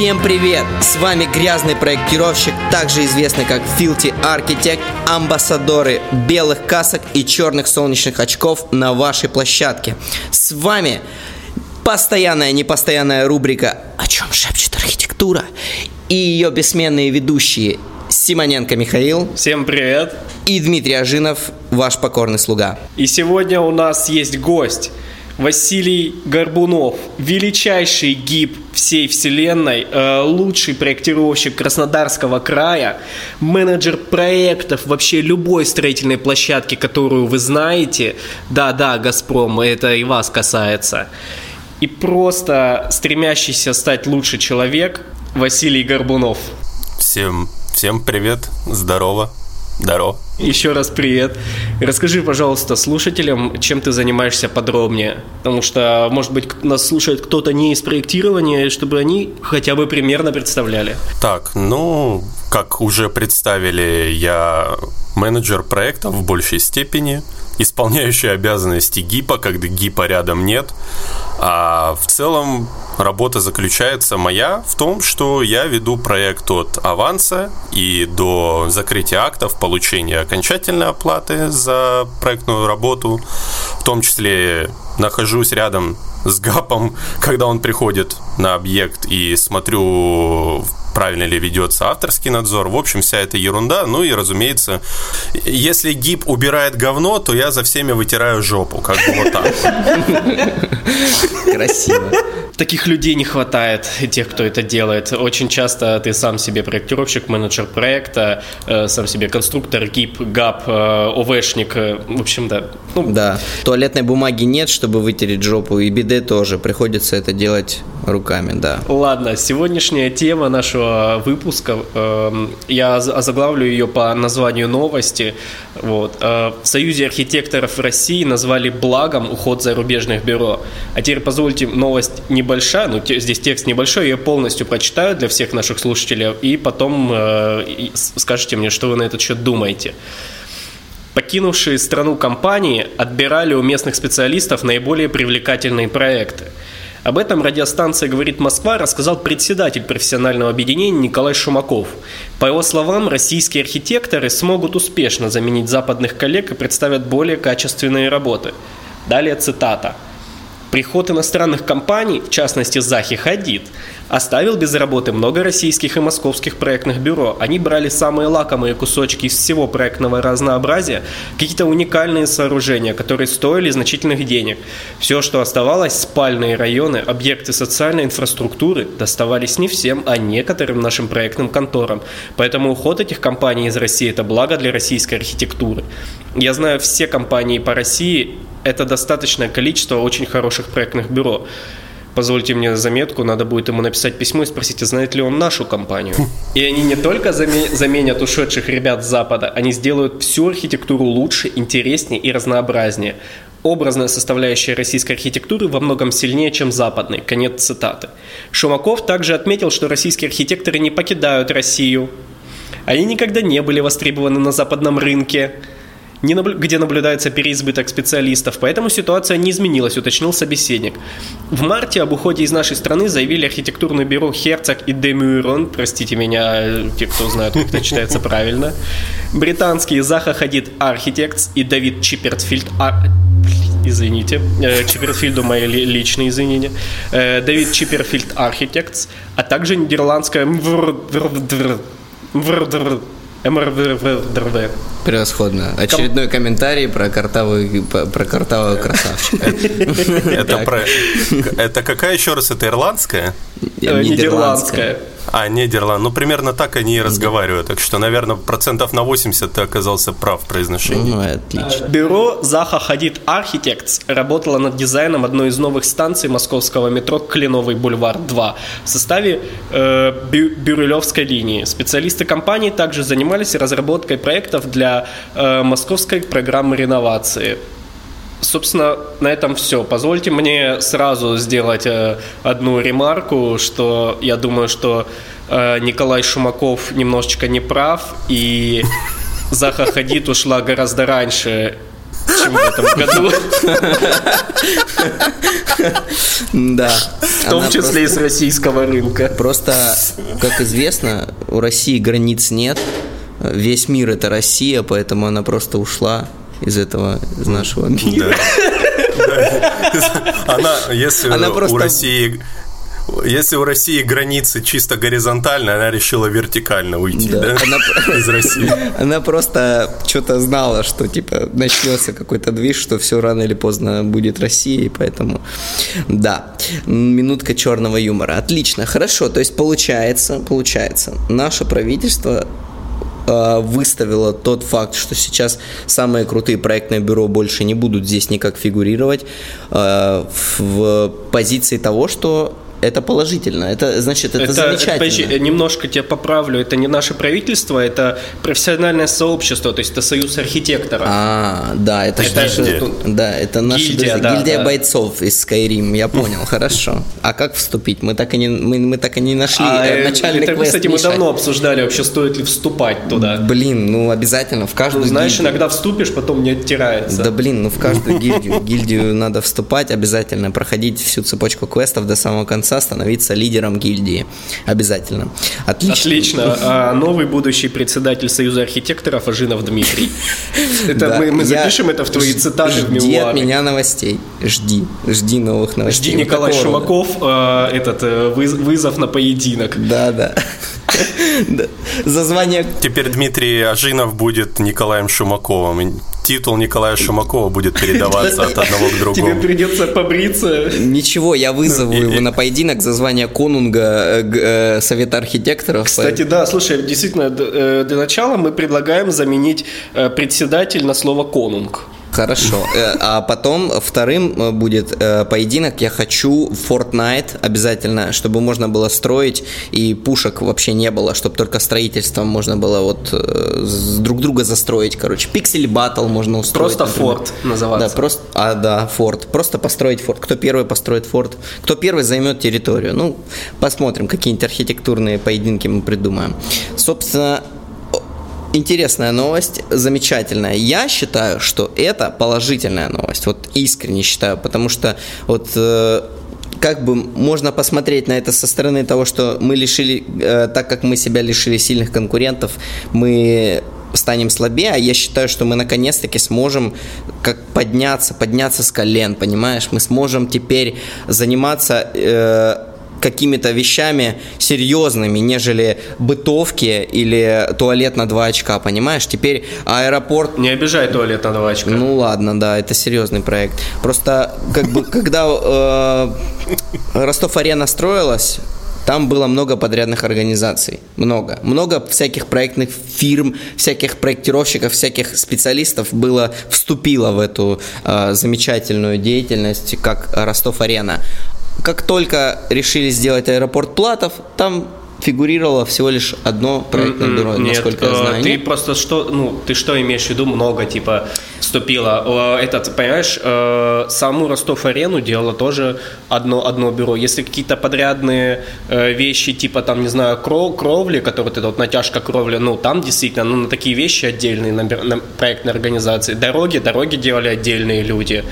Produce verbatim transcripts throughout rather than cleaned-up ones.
Всем привет! С вами грязный проектировщик, также известный как Filthy Architect, амбассадоры белых касок и черных солнечных очков на вашей площадке. С вами постоянная непостоянная рубрика «О чем шепчет архитектура» и ее бессменные ведущие Симоненко Михаил. Всем привет! И Дмитрий Ажинов, ваш покорный слуга. И сегодня у нас есть гость. Василий Горбунов, величайший гиб всей вселенной, э, лучший проектировщик Краснодарского края, менеджер проектов вообще любой строительной площадки, которую вы знаете. Да-да, Газпром, это и вас касается. И просто стремящийся стать лучше человек Василий Горбунов. Всем, всем привет, здорово. Здорово. Еще раз привет. Расскажи, пожалуйста, слушателям, чем ты занимаешься подробнее. Потому что, может быть, нас слушает кто-то не из проектирования, чтобы они хотя бы примерно представляли. Так, ну, как уже представили, я менеджер проекта в большей степени, исполняющий обязанности ГИПа, когда ГИПа рядом нет. А в целом работа заключается моя в том, что я веду проект от аванса и до закрытия актов, получения окончательной оплаты за проектную работу. В том числе нахожусь рядом с ГАПом, когда он приходит на объект, и смотрю, правильно ли ведется авторский надзор. В общем, вся эта ерунда. Ну и, разумеется, если ГИП убирает говно, то я за всеми вытираю жопу. Как бы вот так. Красиво. Таких людей не хватает, тех, кто это делает. Очень часто ты сам себе проектировщик, менеджер проекта, э, сам себе конструктор, ГИП, ГАП, э, ОВшник. Э, в общем, да. Ну, да. Туалетной бумаги нет, чтобы вытереть жопу, и биде тоже. Приходится это делать руками, да. Ладно, сегодняшняя тема нашего выпуска, э, я озаглавлю ее по названию новости. Вот. Э, в Союзе архитекторов России назвали благом уход зарубежных бюро. А теперь позвольте, новость небольшая, ну те, здесь текст небольшой, я полностью прочитаю для всех наших слушателей, и потом э, и скажите мне, что вы на этот счет думаете. Покинувшие страну компании отбирали у местных специалистов наиболее привлекательные проекты. Об этом радиостанция «Говорит Москва» рассказал председатель профессионального объединения Николай Шумаков. По его словам, российские архитекторы смогут успешно заменить западных коллег и представят более качественные работы. Далее цитата. «Приход иностранных компаний, в частности Захи Хадид, оставил без работы много российских и московских проектных бюро. Они брали самые лакомые кусочки из всего проектного разнообразия, какие-то уникальные сооружения, которые стоили значительных денег. Все, что оставалось, спальные районы, объекты социальной инфраструктуры, доставались не всем, а некоторым нашим проектным конторам. Поэтому уход этих компаний из России – это благо для российской архитектуры. Я знаю все компании по России. Это достаточное количество очень хороших проектных бюро. Позвольте мне заметку, надо будет ему написать письмо и спросить, знает ли он нашу компанию. И они не только заменят ушедших ребят с Запада, они сделают всю архитектуру лучше, интереснее и разнообразнее. Образная составляющая российской архитектуры во многом сильнее, чем западной». Конец цитаты. Шумаков также отметил, что российские архитекторы не покидают Россию. Они никогда не были востребованы на западном рынке, где наблюдается переизбыток специалистов, поэтому ситуация не изменилась, уточнил собеседник. В марте об уходе из нашей страны заявили архитектурное бюро «Херцог и де Мюйрон», простите меня, те, кто знает, как это читается правильно, британские Zaha Hadid Architects и Давид Чиппертфильд Ар... Извините, Чиппертфильду мои личные извинения. Давид Чиппертфильд Architects, а также нидерландская МРВДРВ. Превосходно. Очередной Ком... комментарий про картавую, про картавого красавчика. Это какая еще раз? Это ирландская? Нидерландская. А, Нидерланд. Ну, примерно так они и разговаривают. Так что, наверное, процентов на восемьдесят ты оказался прав в произношении. Ну, отлично. Бюро Zaha Hadid Architects работало над дизайном одной из новых станций московского метро Кленовый бульвар два в составе э, бю- Бирюлевской линии. Специалисты компании также занимались разработкой проектов для э, московской программы реновации. Собственно, на этом все. Позвольте мне сразу сделать э, одну ремарку, что я думаю, что э, Николай Шумаков немножечко не прав, и Zaha Hadid ушла гораздо раньше, будущем в этом году. Да. В том числе и с российского рынка. Просто, как известно, у России границ нет. Весь мир – это Россия, поэтому она просто ушла из этого, из нашего мира. Она, если Она у просто- России... Если у России границы чисто горизонтально, она решила вертикально уйти, Да, да? она- Из России. Она просто что-то знала, что типа начнется какой-то движ, что все рано или поздно будет Россия, и поэтому да, минутка черного юмора. Отлично, хорошо. То есть получается, получается, наше правительство э, выставило тот факт, что сейчас самые крутые проектные бюро больше не будут здесь никак фигурировать э, в позиции того, что это положительно, это значит, это, Это, замечательно. подожди, немножко тебя поправлю, это не наше правительство, это профессиональное сообщество, то есть это союз архитекторов. А, да, это, Это же гильдия. наши- да, это наши Гильдия, друзья. да, Гильдия да. бойцов из Skyrim, я понял, хорошо. А как вступить? Мы так и не, мы, мы так и не нашли А, э, э, начальный это, квест. кстати, мы Миша. давно обсуждали вообще, стоит ли вступать туда. Блин, ну обязательно в каждую Ну, знаешь, гильдию. иногда вступишь, потом не оттирается. Да блин, ну в каждую гильдию. Гильдию надо вступать обязательно, проходить всю цепочку квестов до самого конца, становиться лидером гильдии. Обязательно. Отлично. Отлично. А новый будущий председатель Союза архитекторов Ажинов Дмитрий. Это Да, мы, мы я- запишем это в твои цитаты в Жди от мемуары. меня новостей. Жди. Жди новых новостей. Жди Вот Николай такого рода. Шумаков, э, этот э, выз- вызов на поединок. Да, да. Да. За звание Теперь Дмитрий Ажинов будет Николаем Шумаковым. И титул Николая Шумакова будет передаваться от одного к Тебе другому. придется побриться. Ничего, я вызову И- его на поединок за звание конунга э, г- э, Совета архитекторов. Кстати, да, слушай, действительно, д- э, для начала мы предлагаем заменить э, председатель на слово конунг. Хорошо. Э, А потом вторым э, будет э, поединок. Я хочу Fortnite обязательно, чтобы можно было строить и пушек вообще не было, чтобы только строительством можно было вот э, с- друг друга застроить, короче. Пиксель баттл можно устроить. Просто например. форт называться. Да, просто, а, да, форт. Просто построить форт. Кто первый построит форт, кто первый займет территорию. Ну, посмотрим, какие-нибудь архитектурные поединки мы придумаем. Собственно, интересная новость, замечательная. Я считаю, что это положительная новость. Вот искренне считаю, потому что вот э, как бы можно посмотреть на это со стороны того, что мы лишили, э, так как мы себя лишили сильных конкурентов, мы станем слабее, а я считаю, что мы наконец-таки сможем как подняться, подняться с колен, понимаешь? Мы сможем теперь заниматься э, какими-то вещами серьезными, нежели бытовки или туалет на два очка, понимаешь? Теперь аэропорт... Не обижай туалет на два очка. Ну ладно, да, это серьезный проект. Просто как бы когда э, Ростов-Арена строилась, там было много подрядных организаций, много, много всяких проектных фирм, всяких проектировщиков, всяких специалистов было, вступило в эту э, замечательную деятельность, как Ростов-Арена. Как только решили сделать аэропорт Платов, там фигурировало всего лишь одно проектное бюро, Нет, насколько я э, знаю. ты Нет? просто что, ну, ты что имеешь в виду, много, типа, вступило. Э, Этот, понимаешь, э, саму Ростов-Арену делало тоже одно, одно бюро. Если какие-то подрядные э, вещи, типа, там, не знаю, кров, кровли, которые ты, вот, натяжка кровли, ну, там действительно, ну, на такие вещи отдельные, на, бир- на проектные организации. Дороги, дороги делали отдельные люди.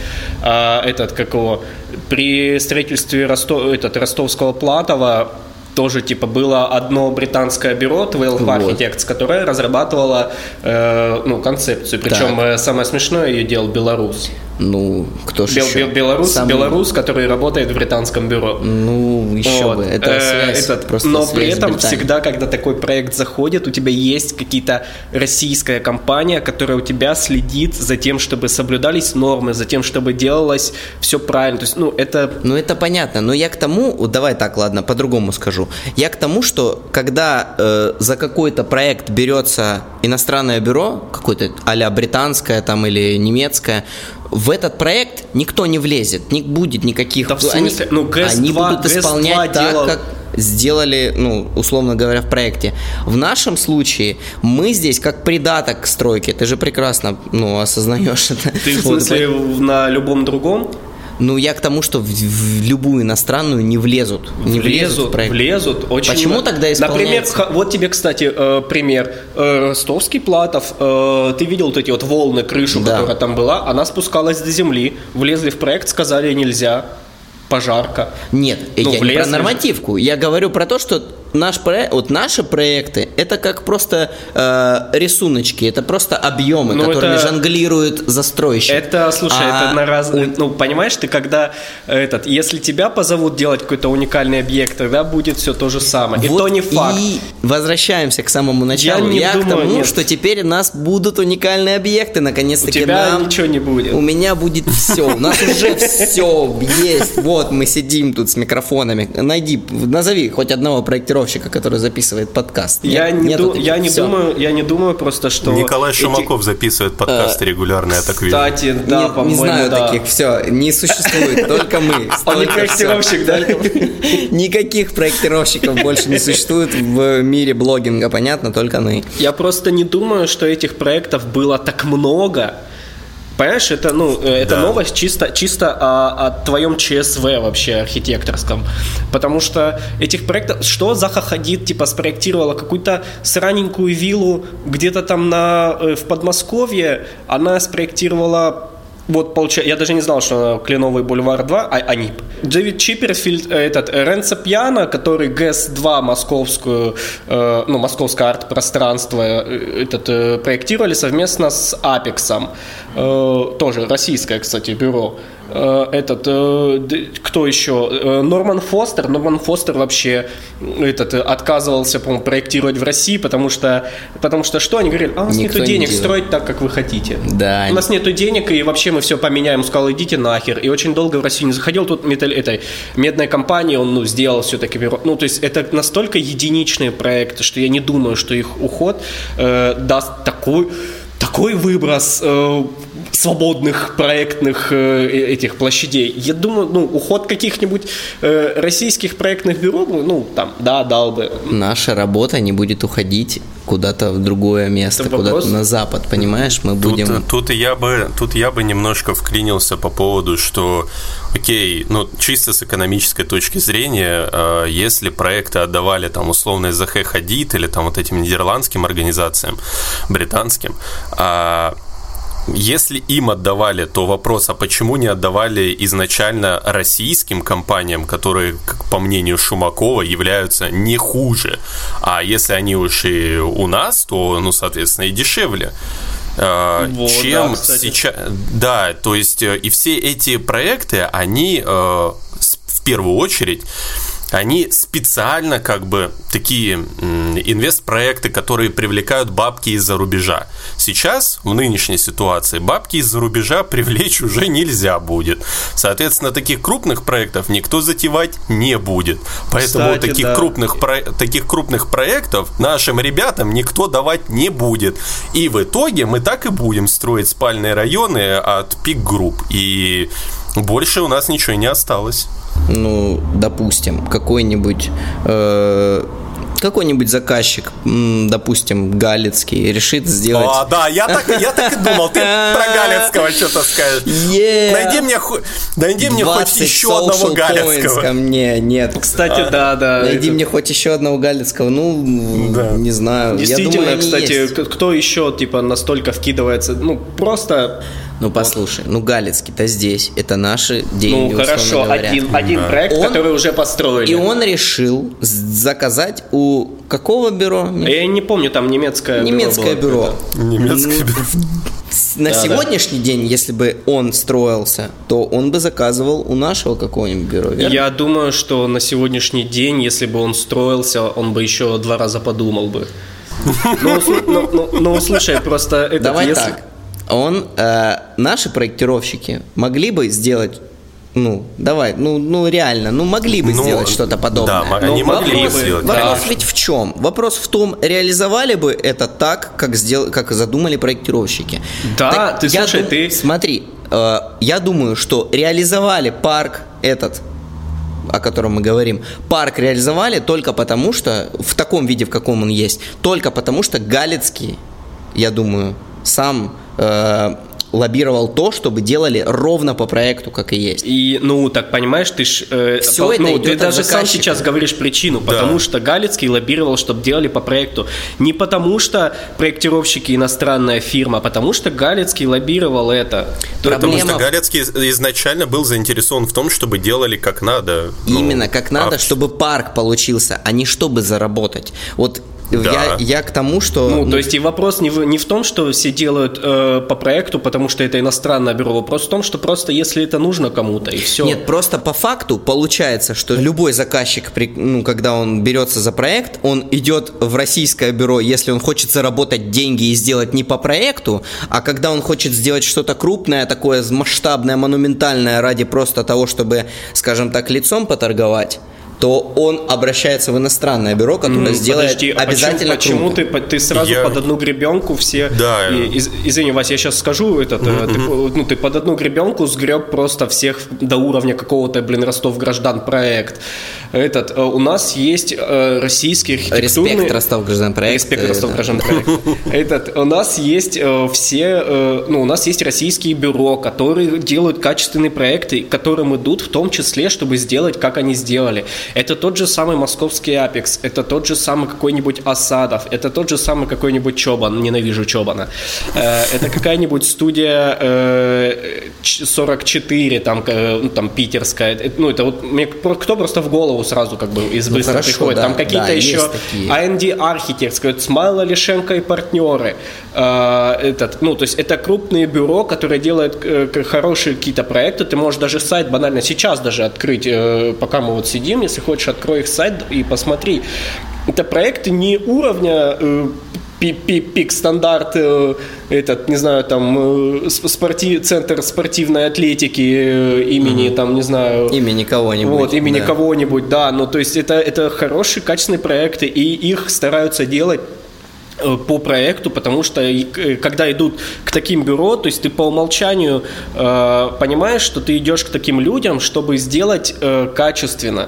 А этот, как его, при строительстве Ростов, этот, Ростовского Платова тоже типа было одно британское бюро twelve Вот. Architects, которое разрабатывало э, ну, концепцию. Причем Так. э, самое смешное ее делал белорус. Ну, кто же Бел- еще? бел- белорус, Самый- белорус, который работает в британском бюро. Ну, еще Вот. бы. Это Э, связь, этот, просто но связь при с этом Британией. всегда, когда такой проект заходит, у тебя есть какие-то российская компания, которая у тебя следит за тем, чтобы соблюдались нормы, за тем, чтобы делалось все правильно. То есть, ну, это Ну, это понятно, но я к тому, вот давай так, ладно, по-другому скажу. Я к тому, что когда э, за какой-то проект берется иностранное бюро, какое-то а-ля британское там или немецкое, в этот проект никто не влезет, не будет никаких... Да в смысле? Они, Ну, ГЭС они два, будут ГЭС исполнять два так, делал- как сделали, ну, условно говоря, в проекте. В нашем случае мы здесь как придаток к стройке, ты же прекрасно, ну, осознаешь это. ты в Вот, смысле на любом другом? Ну, я к тому, что в, в любую иностранную не влезут. Не влезут, влезут в проект. Влезут. Очень Почему не... тогда исполняется? Например, вот тебе, кстати, э, пример. Э, Ростовский Платов. Э, ты видел вот эти вот волны, крышу, да. которая там была? Она спускалась до земли. Влезли в проект, сказали нельзя. Пожарка. Нет, ну, я не про нормативку. Я говорю про то, что наш проект, вот наши проекты, это как просто э, рисуночки, это просто объемы, ну, которыми это, жонглирует застройщик. Это, слушай, а, это на разные... Ну, понимаешь, ты когда этот, если тебя позовут делать какой-то уникальный объект, тогда будет все то же самое. Вот и то не факт. И возвращаемся к самому началу. Я, не я думаю, к тому, нет. что теперь у нас будут уникальные объекты, наконец-таки. У тебя нам... ничего не будет. У меня будет все. У нас уже все есть. Вот мы сидим тут с микрофонами. Найди, назови хоть одного проектировщика, который записывает подкаст. Я, нет, не, ду- я, не думаю, я не думаю просто, что... Николай эти... Шумаков записывает подкасты регулярно, я так вижу. Кстати, да, не, по-моему, не знаю да. таких, все, не существует, только мы. Он не проектировщик, да? Никаких проектировщиков больше не существует в мире блогинга, понятно, только мы. Я просто не думаю, что этих проектов было так много. Понимаешь, это, ну, это да. новость чисто, чисто о, о твоем ЧСВ вообще архитекторском. Потому что этих проектов... Что Заха Хадид, типа, спроектировала какую-то сраненькую виллу где-то там на, в Подмосковье. Она спроектировала... Вот, получается, я даже не знал, что Кленовый бульвар два, а АНИП. Дэвид Чипперфильд, этот, Ренцо Пьяно, который ГЭС два московскую, э, ну, московское арт-пространство этот, э, проектировали совместно с Апексом. Э, тоже российское, кстати, бюро. Э, этот, э, кто еще? Э, Норман Фостер. Норман Фостер вообще этот, отказывался, по-моему, проектировать в России, потому что, потому что что? Они говорили, а у нас Никто нету денег не строить так, как вы хотите. Да. У нас нету денег, и вообще мы все поменяем. Сказал, идите нахер. И очень долго в Россию не заходил. Тут металл, этой медной компании он ну, сделал все-таки бюро. Ну, то есть это настолько единичные проекты, что я не думаю, что их уход э, даст такой, такой выброс э, свободных проектных э, этих площадей. Я думаю, ну, уход каких-нибудь э, российских проектных бюро, ну, там, да, дал бы. Наша работа не будет уходить куда-то в другое место, это куда-то вопрос? На запад, понимаешь, мы будем... Тут, тут, я бы, тут я бы немножко вклинился по поводу, что, окей, ну, чисто с экономической точки зрения, э, если проекты отдавали, там, условно, Захе Хадид или там вот этим нидерландским организациям, британским, э, если им отдавали, то вопрос, а почему не отдавали изначально российским компаниям, которые, как по мнению Шумакова, являются не хуже, а если они уж и у нас, то, ну, соответственно, и дешевле. Вот, чем да, сейчас... Да, то есть и все эти проекты, они в первую очередь... Они специально как бы такие инвестпроекты, которые привлекают бабки из-за рубежа. Сейчас, в нынешней ситуации, бабки из-за рубежа привлечь уже нельзя будет. Соответственно, таких крупных проектов никто затевать не будет. Поэтому Кстати, таких, да. крупных, таких крупных проектов нашим ребятам никто давать не будет. И в итоге мы так и будем строить спальные районы от пик-групп. И больше у нас ничего не осталось. Ну, допустим, какой-нибудь э, какой-нибудь заказчик, допустим, Галицкий, решит сделать... О, да, я так, я так и думал, ты про Галицкого что-то скажешь. Yeah. Найди мне, найди мне хоть еще одного Галицкого. Ко мне, нет. Кстати, а, да, да. Найди это... мне хоть еще одного Галицкого, ну, да. не знаю. Действительно, я думаю, кстати, есть. Кто еще, типа, настолько вкидывается, ну, просто... Ну, послушай, ну, Галицкий-то здесь, это наши деньги, ну, хорошо, один, один да. проект, он, который уже построили. И он решил заказать у какого бюро? Я не помню, там немецкое, немецкое бюро. бюро. Немецкое бюро. На да, сегодняшний да. день, если бы он строился, то он бы заказывал у нашего какого-нибудь бюро, верно? Я думаю, что на сегодняшний день, если бы он строился, он бы еще два раза подумал бы. Ну, ну, ну, ну слушай, просто... Этот, Давай если... так. Он, э, наши проектировщики могли бы сделать, ну, давай, ну, ну реально, ну, могли бы ну, сделать что-то подобное. Да, они Но могли вопрос, бы сделать. Вопрос да. ведь в чем? Вопрос в том, реализовали бы это так, как, сдел, как задумали проектировщики. Да, так, ты слушай, дум... ты... Смотри, э, я думаю, что реализовали парк этот, о котором мы говорим, парк реализовали только потому, что, в таком виде, в каком он есть, только потому, что Галицкий, я думаю, сам... лоббировал то, чтобы делали ровно по проекту, как и есть. И, ну, так понимаешь, ты ж... Э, Все по, это ну, идет ты от даже заказчика. сам сейчас говоришь причину, Да. потому что Галицкий лоббировал, чтобы делали по проекту. Не потому что проектировщики иностранная фирма, а потому что Галицкий лоббировал это. Потому Проблема- что Галицкий изначально был заинтересован в том, чтобы делали как надо. Ну, Именно как надо, а- чтобы парк получился, а не чтобы заработать. Вот Да. я, я к тому, что... Ну, то есть и вопрос не в, не в том, что все делают э, по проекту, потому что это иностранное бюро. Вопрос в том, что просто если это нужно кому-то, и все. Нет, просто по факту получается, что любой заказчик, при- ну, когда он берется за проект, он идет в российское бюро, если он хочет заработать деньги и сделать не по проекту, а когда он хочет сделать что-то крупное, такое масштабное, монументальное, ради просто того, чтобы, скажем так, лицом поторговать, то он обращается в иностранное бюро, которое М, сделает подожди, а обязательно почему, почему ты, круто. по- ты сразу Я- под одну гребенку все... Да. И- из- извини, Вася, я сейчас скажу, этот, э, ты, ну, ты под одну гребенку сгреб просто всех до уровня какого-то, блин, Ростов-Граждан проект. Этот, э, у нас есть э, российский архитектурный... Респект, Ростов Граждан проект. Респект, э, Ростов да. Граждан проект. Этот, у нас есть э, все, э, ну, у нас есть российские бюро, которые делают качественные проекты, к которым идут в том числе, чтобы сделать, как они сделали. Это тот же самый московский Апекс, это тот же самый какой-нибудь Осадов, это тот же самый какой-нибудь Чобан, ненавижу Чобана. Э, это какая-нибудь студия э, ч- сорок четыре, там, э, ну, там питерская. Это, ну, это вот мне про- кто просто в голову сразу как бы из Ну, быстро хорошо, приходит. да, Там какие-то да, еще есть такие. эй энд ди Architects, Смайла, Лишенко и партнеры. Э, этот, ну, то есть это крупные бюро, которые делают э, к- хорошие какие-то проекты. Ты можешь даже сайт банально сейчас даже открыть, э, пока мы вот сидим, если хочешь, открой их сайт и посмотри. Это проекты не уровня э, пи- пи- пик стандарт, э, этот, не знаю, там э, спорти- центр спортивной атлетики э, имени, там, не знаю, Имени кого-нибудь. вот, имени да. кого-нибудь, да, ну, то есть это, это хорошие, качественные проекты, и их стараются делать э, по проекту, потому что и, э, когда идут к таким бюро, то есть ты по умолчанию э, понимаешь, что ты идешь к таким людям, чтобы сделать э, качественно.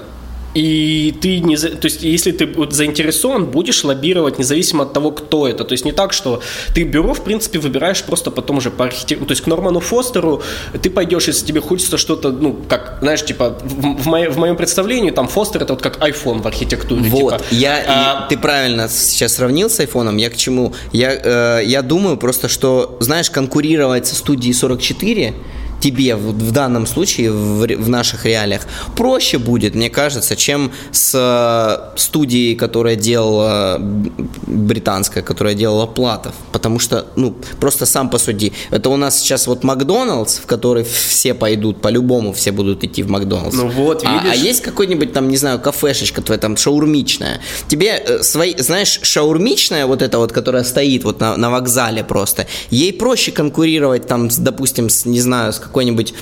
И ты не, за- то есть если ты вот заинтересован, будешь лоббировать независимо от того, кто это. То есть не так, что ты бюро, в принципе, выбираешь просто потом же по архитектуре. То есть к Норману Фостеру ты пойдешь, если тебе хочется что-то, ну, как, знаешь, типа, в, в, моей- в моем представлении там Фостер это вот как iPhone в архитектуре. Вот, типа. я, А, и ты правильно сейчас сравнил с айфоном, я к чему? Я, э, я думаю просто, что, знаешь, конкурировать со студией сорок четыре тебе в, в данном случае, в, ре- в наших реалиях, проще будет, мне кажется, чем с э, студией, которая делала, б- британская, которая делала Платов. Потому что, ну, просто сам посуди. Это у нас сейчас вот Макдоналдс, в который все пойдут, по-любому все будут идти в Макдоналдс. Ну вот, А- видишь? а есть какой-нибудь там, не знаю, кафешечка твоя там шаурмичная. Тебе э, свои, знаешь, шаурмичная вот эта вот, которая стоит вот на, на вокзале просто, ей проще конкурировать там, с, допустим, с, не знаю, с какой-нибудь,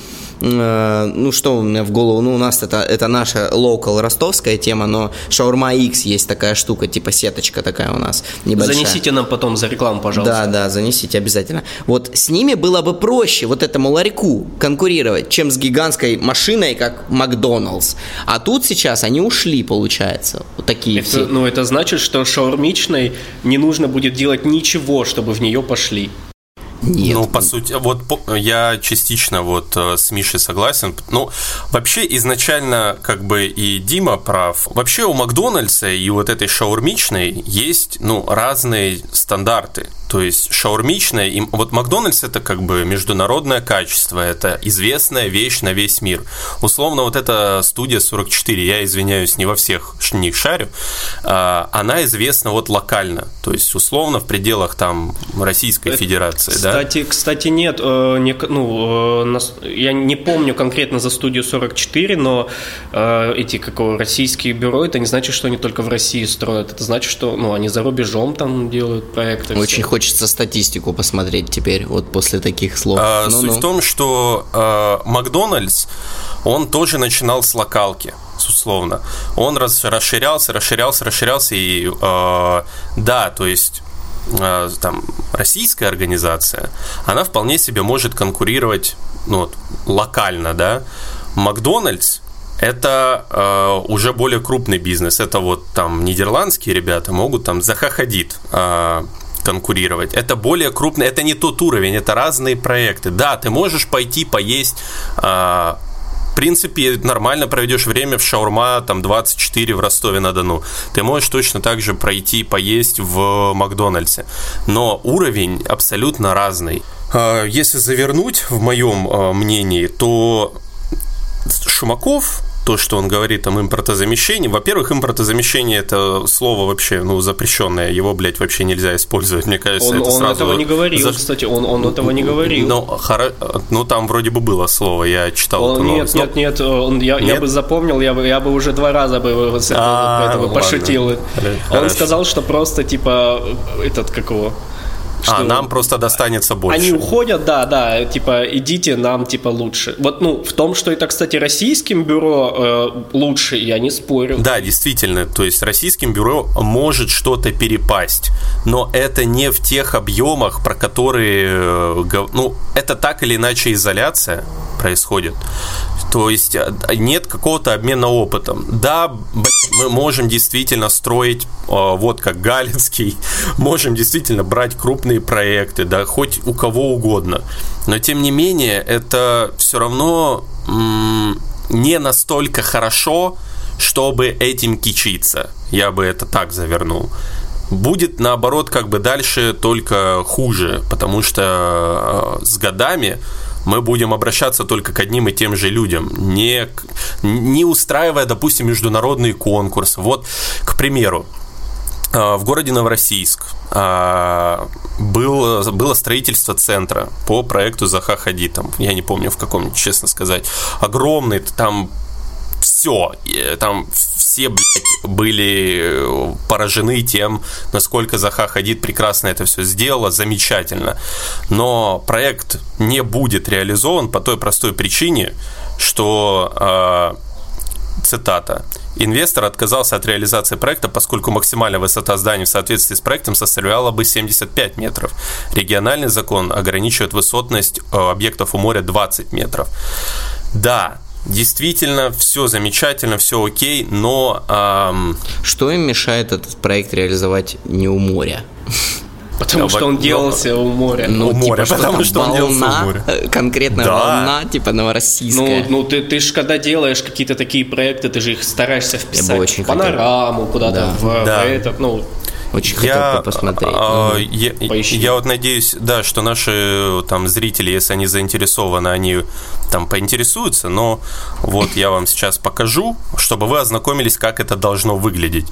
э, ну что у меня в голову, ну у нас это, это наша local ростовская тема, но шаурма X есть такая штука, типа сеточка такая у нас небольшая. Занесите нам потом за рекламу, пожалуйста. Да, да, занесите обязательно. Вот с ними было бы проще вот этому ларьку конкурировать, чем с гигантской машиной, как Макдоналдс. А тут сейчас они ушли, получается, вот такие Это, все. ну, это значит, что шаурмичной не нужно будет делать ничего, чтобы в нее пошли. Нет. Ну, по сути, вот по- я частично вот э, с Мишей согласен. Ну, вообще изначально как бы и Дима прав. Вообще у Макдональдса и вот этой шаурмичной есть, ну, разные стандарты. То есть шаурмичная, и вот Макдональдс это как бы международное качество, это известная вещь на весь мир. Условно вот эта студия сорок четыре, я извиняюсь, не во всех них шарю, а, она известна вот локально, то есть условно в пределах там Российской Федерации, да? Кстати, кстати, нет, э, не, ну, э, нас- я не помню конкретно за студию сорок четыре, но э, эти какого российские бюро, это не значит, что они только в России строят, это значит, что ну, они за рубежом там делают проекты. Очень все. хочется статистику посмотреть теперь, вот после таких слов. А, Ну-ну. Суть в том, что э, Макдональдс, он тоже начинал с локалки, условно. Он раз, расширялся, расширялся, расширялся, и э, да, то есть э, там российская организация, она вполне себе может конкурировать, ну, вот, локально, да. Макдональдс это э, уже более крупный бизнес. Это вот там нидерландские ребята могут там Zaha Hadid, э, конкурировать. Это более крупный, это не тот уровень, это разные проекты. Да, ты можешь пойти поесть, а, в принципе, нормально проведешь время в шаурма там двадцать четыре в Ростове-на-Дону. Ты можешь точно так же пройти поесть в Макдональдсе. Но уровень абсолютно разный. А, если завернуть в моем а, мнении, то Шумаков, то, что он говорит о импортозамещении, во-первых, импортозамещение – это слово вообще, ну, запрещенное, его, блядь, вообще нельзя использовать, мне кажется, он, это он сразу… этого не говорил, за... кстати, он, он этого не говорил. Ну, хоро... ну, там вроде бы было слово, я читал он, эту нет, новость. Нет, нет, он, я, нет, я бы запомнил, я бы, я бы уже два раза бы с этого, а, этого пошутил. Он сказал, что просто, типа, этот, как его… Что а, нам просто достанется больше. Они уходят, да, да, типа, идите, нам, типа, лучше. Вот, ну, в том, что это, кстати, российским бюро э, лучше, я не спорю. Да, действительно, то есть российским бюро может что-то перепасть, но это не в тех объемах, про которые, э, ну, это так или иначе изоляция происходит. То есть нет какого-то обмена опытом. Да, блядь, мы можем действительно строить, э, вот как Галицкий, можем действительно брать крупные проекты, да, хоть у кого угодно. Но тем не менее, это все равно м- не настолько хорошо, чтобы этим кичиться. Я бы это так завернул. Будет, наоборот, как бы дальше только хуже, потому что э, с годами мы будем обращаться только к одним и тем же людям, не, не устраивая, допустим, международные конкурсы. Вот, к примеру, в городе Новороссийск было, было строительство центра по проекту Заха Хадид, там, я не помню в каком, честно сказать, огромный, там все, там все, блядь, были поражены тем, насколько Заха Хадид прекрасно это все сделала, замечательно. Но проект не будет реализован по той простой причине, что, э, цитата, инвестор отказался от реализации проекта, поскольку максимальная высота зданий в соответствии с проектом составляла бы семьдесят пять метров. Региональный закон ограничивает высотность объектов у моря двадцать метров. Да, действительно, все замечательно, все окей, но… Эм... Что им мешает этот проект реализовать не у моря? Потому что он делался у моря. Ну, у моря, типа, потому что он делался у моря. Конкретная да. волна, типа новороссийская. Ну, ну ты, ты же когда делаешь какие-то такие проекты, ты же их стараешься вписать в панораму, хотел. Куда-то, да. в, да. в этот, ну… Очень я, хотел бы посмотреть. А, ну, я, я вот надеюсь, да, что наши там зрители, если они заинтересованы, они там поинтересуются, но вот я вам сейчас покажу, чтобы вы ознакомились, как это должно выглядеть.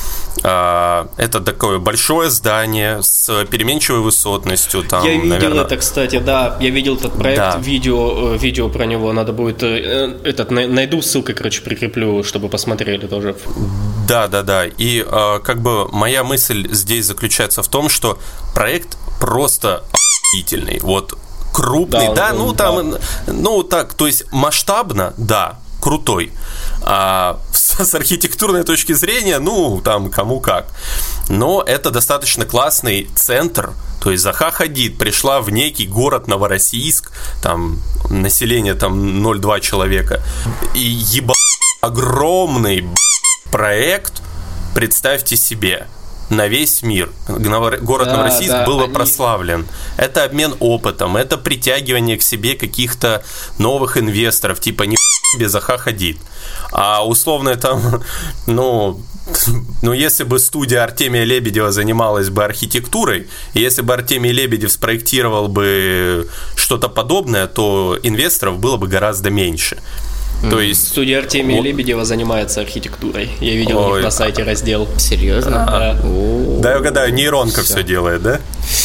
А, это такое большое здание с переменчивой высотностью. Там, я видел наверное... это, кстати, да, я видел этот проект, да. видео, видео про него, надо будет, этот, найду ссылку, короче, прикреплю, чтобы посмотрели тоже. Да, да, да, и а, как бы моя мысль здесь заключается в том, что проект просто охуительный, вот крупный, да, да он, ну он, там, да. ну так, то есть масштабно, да, крутой. А с, с архитектурной точки зрения, ну, там, кому как. Но это достаточно классный центр. То есть Заха Хадид пришла в некий город Новороссийск, там население там ноль целых два человека. И еба огромный б***, проект, представьте себе, на весь мир. Город да, Новороссийск да, был они... прославлен. Это обмен опытом, это притягивание к себе каких-то новых инвесторов, типа не без Заха Хадид. А условно там, ну, ну, если бы студия Артемия Лебедева занималась бы архитектурой, и если бы Артемий Лебедев спроектировал бы что-то подобное, то инвесторов было бы гораздо меньше. То есть... Студия Артемия вот. Лебедева занимается архитектурой. Я видел Ой. у них на сайте раздел. Серьезно? Да. Да, я угадаю, нейронка все делает, да?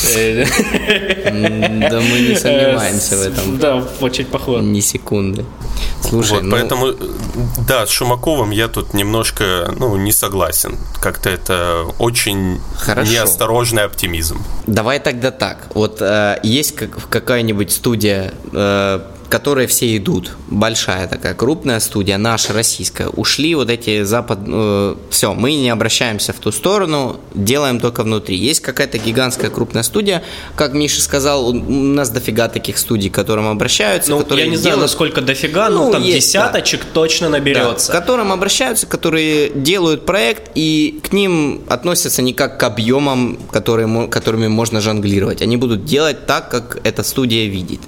Да мы не сомневаемся в этом. Да, очень похоже. Ни секунды. Слушай, вот, ну... поэтому, да, с Шумаковым я тут немножко, ну, не согласен. Как-то это очень Хорошо. неосторожный оптимизм. Давай тогда так. Вот э, есть как, какая-нибудь студия, э, которые все идут, большая такая крупная студия, наша российская, ушли вот эти запад... Э, все, мы не обращаемся в ту сторону, делаем только внутри. Есть какая-то гигантская крупная студия, как Миша сказал, у нас дофига таких студий, к которым обращаются. Ну, которые я не делают... знаю, насколько дофига, но ну, там есть, десяточек да. точно наберется. Да, к которым обращаются, которые делают проект, и к ним относятся не как к объемам, которые, которыми можно жонглировать. Они будут делать так, как эта студия видит.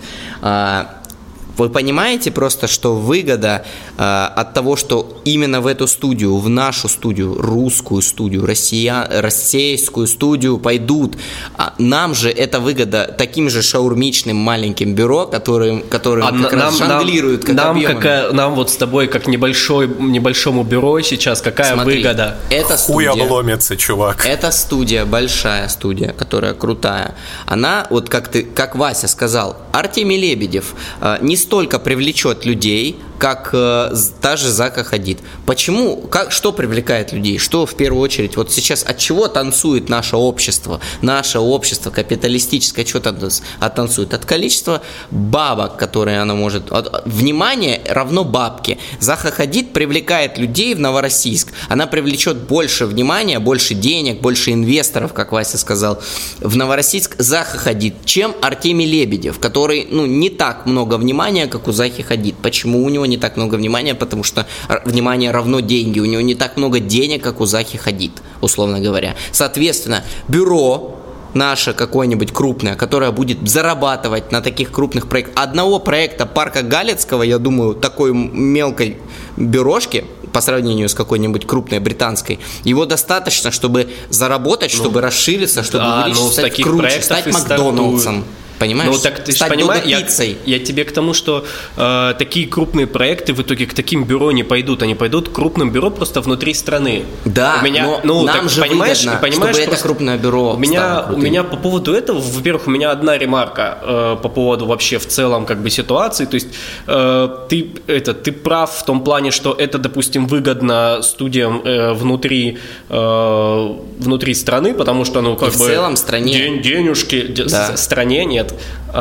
Вы понимаете просто, что выгода э, от того, что именно в эту студию, в нашу студию, русскую студию, россия, российскую студию пойдут. А нам же эта выгода таким же шаурмичным маленьким бюро, которым, которым а как нам, раз жонглируют как нам, объемами. Какая, нам вот с тобой, как небольшой, небольшому бюро сейчас, какая Смотри, выгода? Эта Хуй студия, обломится, чувак. Эта студия, большая студия, которая крутая, она, вот как, ты, как Вася сказал, Артемий Лебедев э, не столько привлечет людей, как э, та же Зака Хадид. Почему? Как, что привлекает людей? Что в первую очередь? Вот сейчас от чего танцует наше общество? Наше общество капиталистическое, что танцует? От количества бабок, которые оно может... От, внимание равно бабке. Зака Хадид привлекает людей в Новороссийск. Она привлечет больше внимания, больше денег, больше инвесторов, как Вася сказал, в Новороссийск Зака Хадид, чем Артемий Лебедев, который, ну, не так много внимания, как у Захи Хадид. Почему у него не так много внимания? Потому что внимание равно деньги. У него не так много денег, как у Захи Хадид, условно говоря. Соответственно, бюро наше какое-нибудь крупное, которое будет зарабатывать на таких крупных проектах. Одного проекта парка Галицкого, я думаю, такой мелкой бюрошки, по сравнению с какой-нибудь крупной британской, его достаточно, чтобы заработать, ну, чтобы расшириться, чтобы да, увеличиться, ну, стать круче, стать Макдональдсом. Понимаешь? Ну, так ты же понимаешь, я, я тебе к тому, что э, такие крупные проекты в итоге к таким бюро не пойдут. Они пойдут к крупным бюро просто внутри страны. Да, у меня, но ну, нам так, же понимаешь, выгодно, понимаешь, чтобы это крупное бюро у меня, у меня по поводу этого, во-первых, у меня одна ремарка э, по поводу вообще в целом как бы ситуации. То есть э, ты, это, ты прав в том плане, что это, допустим, выгодно студиям э, внутри, э, внутри страны, потому что, ну, как и бы... в целом стране. День, денежки, да. стране нет.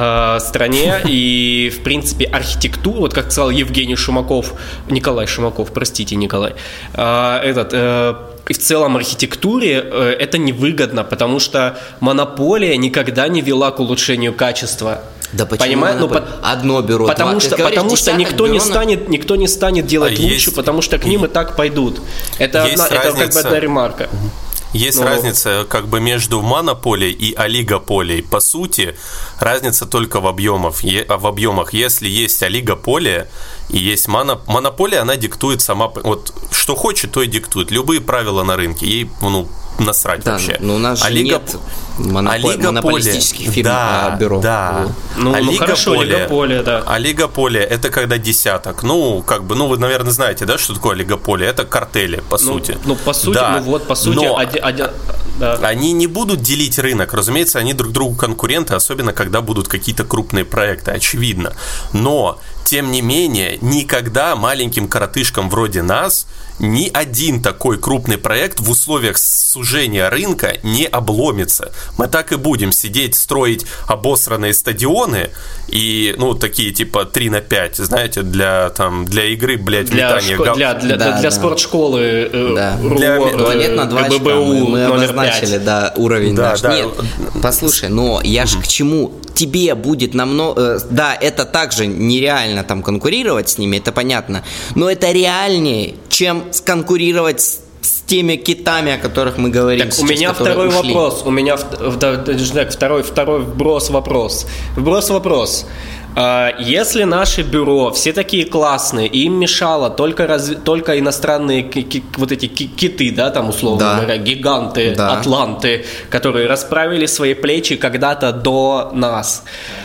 стране и, в принципе, архитектура, вот как сказал Евгений Шумаков, Николай Шумаков, простите, Николай, этот, и в целом архитектуре это невыгодно, потому что монополия никогда не вела к улучшению качества. Да почему? Понимаешь? Ну, по... Одно бюро, потому два. что, потому что никто не станет, никто не станет делать а лучше, есть... потому что к ним и так пойдут. Это, одна, это как бы одна ремарка. Есть Но... разница как бы между монополией и олигополией. По сути, разница только в объемах. В объемах. Если есть олигополия и есть моно... монополия, она диктует сама. Вот что хочет, то и диктует. Любые правила на рынке. Ей, ну, насрать да, вообще. Но у нас же Олиго... нет монопол... монополистических фирм, да, а бюро. Да, ну, ну хорошо, олигополия, да. Олигополия – это когда десяток. Ну, как бы, ну, вы, наверное, знаете, да, что такое олигополия? Это картели, по ну, сути. Ну, по сути, да. ну вот, по сути, Но один, один, да. Они не будут делить рынок. Разумеется, они друг другу конкуренты, особенно когда будут какие-то крупные проекты, очевидно. Но, тем не менее, никогда маленьким коротышкам вроде нас ни один такой крупный проект в условиях сужения рынка не обломится. Мы так и будем сидеть, строить обосранные стадионы и, ну, такие типа три на пять, знаете, для, там, для игры, блядь, для метания шко- гал... для, для, да, для да. спортшколы э, да. РУ, для э, планет на два очка мы, мы обозначили, да, уровень да, наш. да. Нет, послушай, но я же к чему? Тебе будет намного... Э, да, это также нереально там конкурировать с ними, это понятно, но это реальнее, чем конкурировать с с теми китами, о которых мы говорим так, сейчас, у меня второй ушли. вопрос. У меня второй, второй вброс вопрос. Вброс вопрос. Если наше бюро все такие классные, и им мешало только, разви, только иностранные ки- ки- вот эти ки- киты, да, там условно да. говоря, гиганты, да. атланты, которые расправили свои плечи когда-то до нас.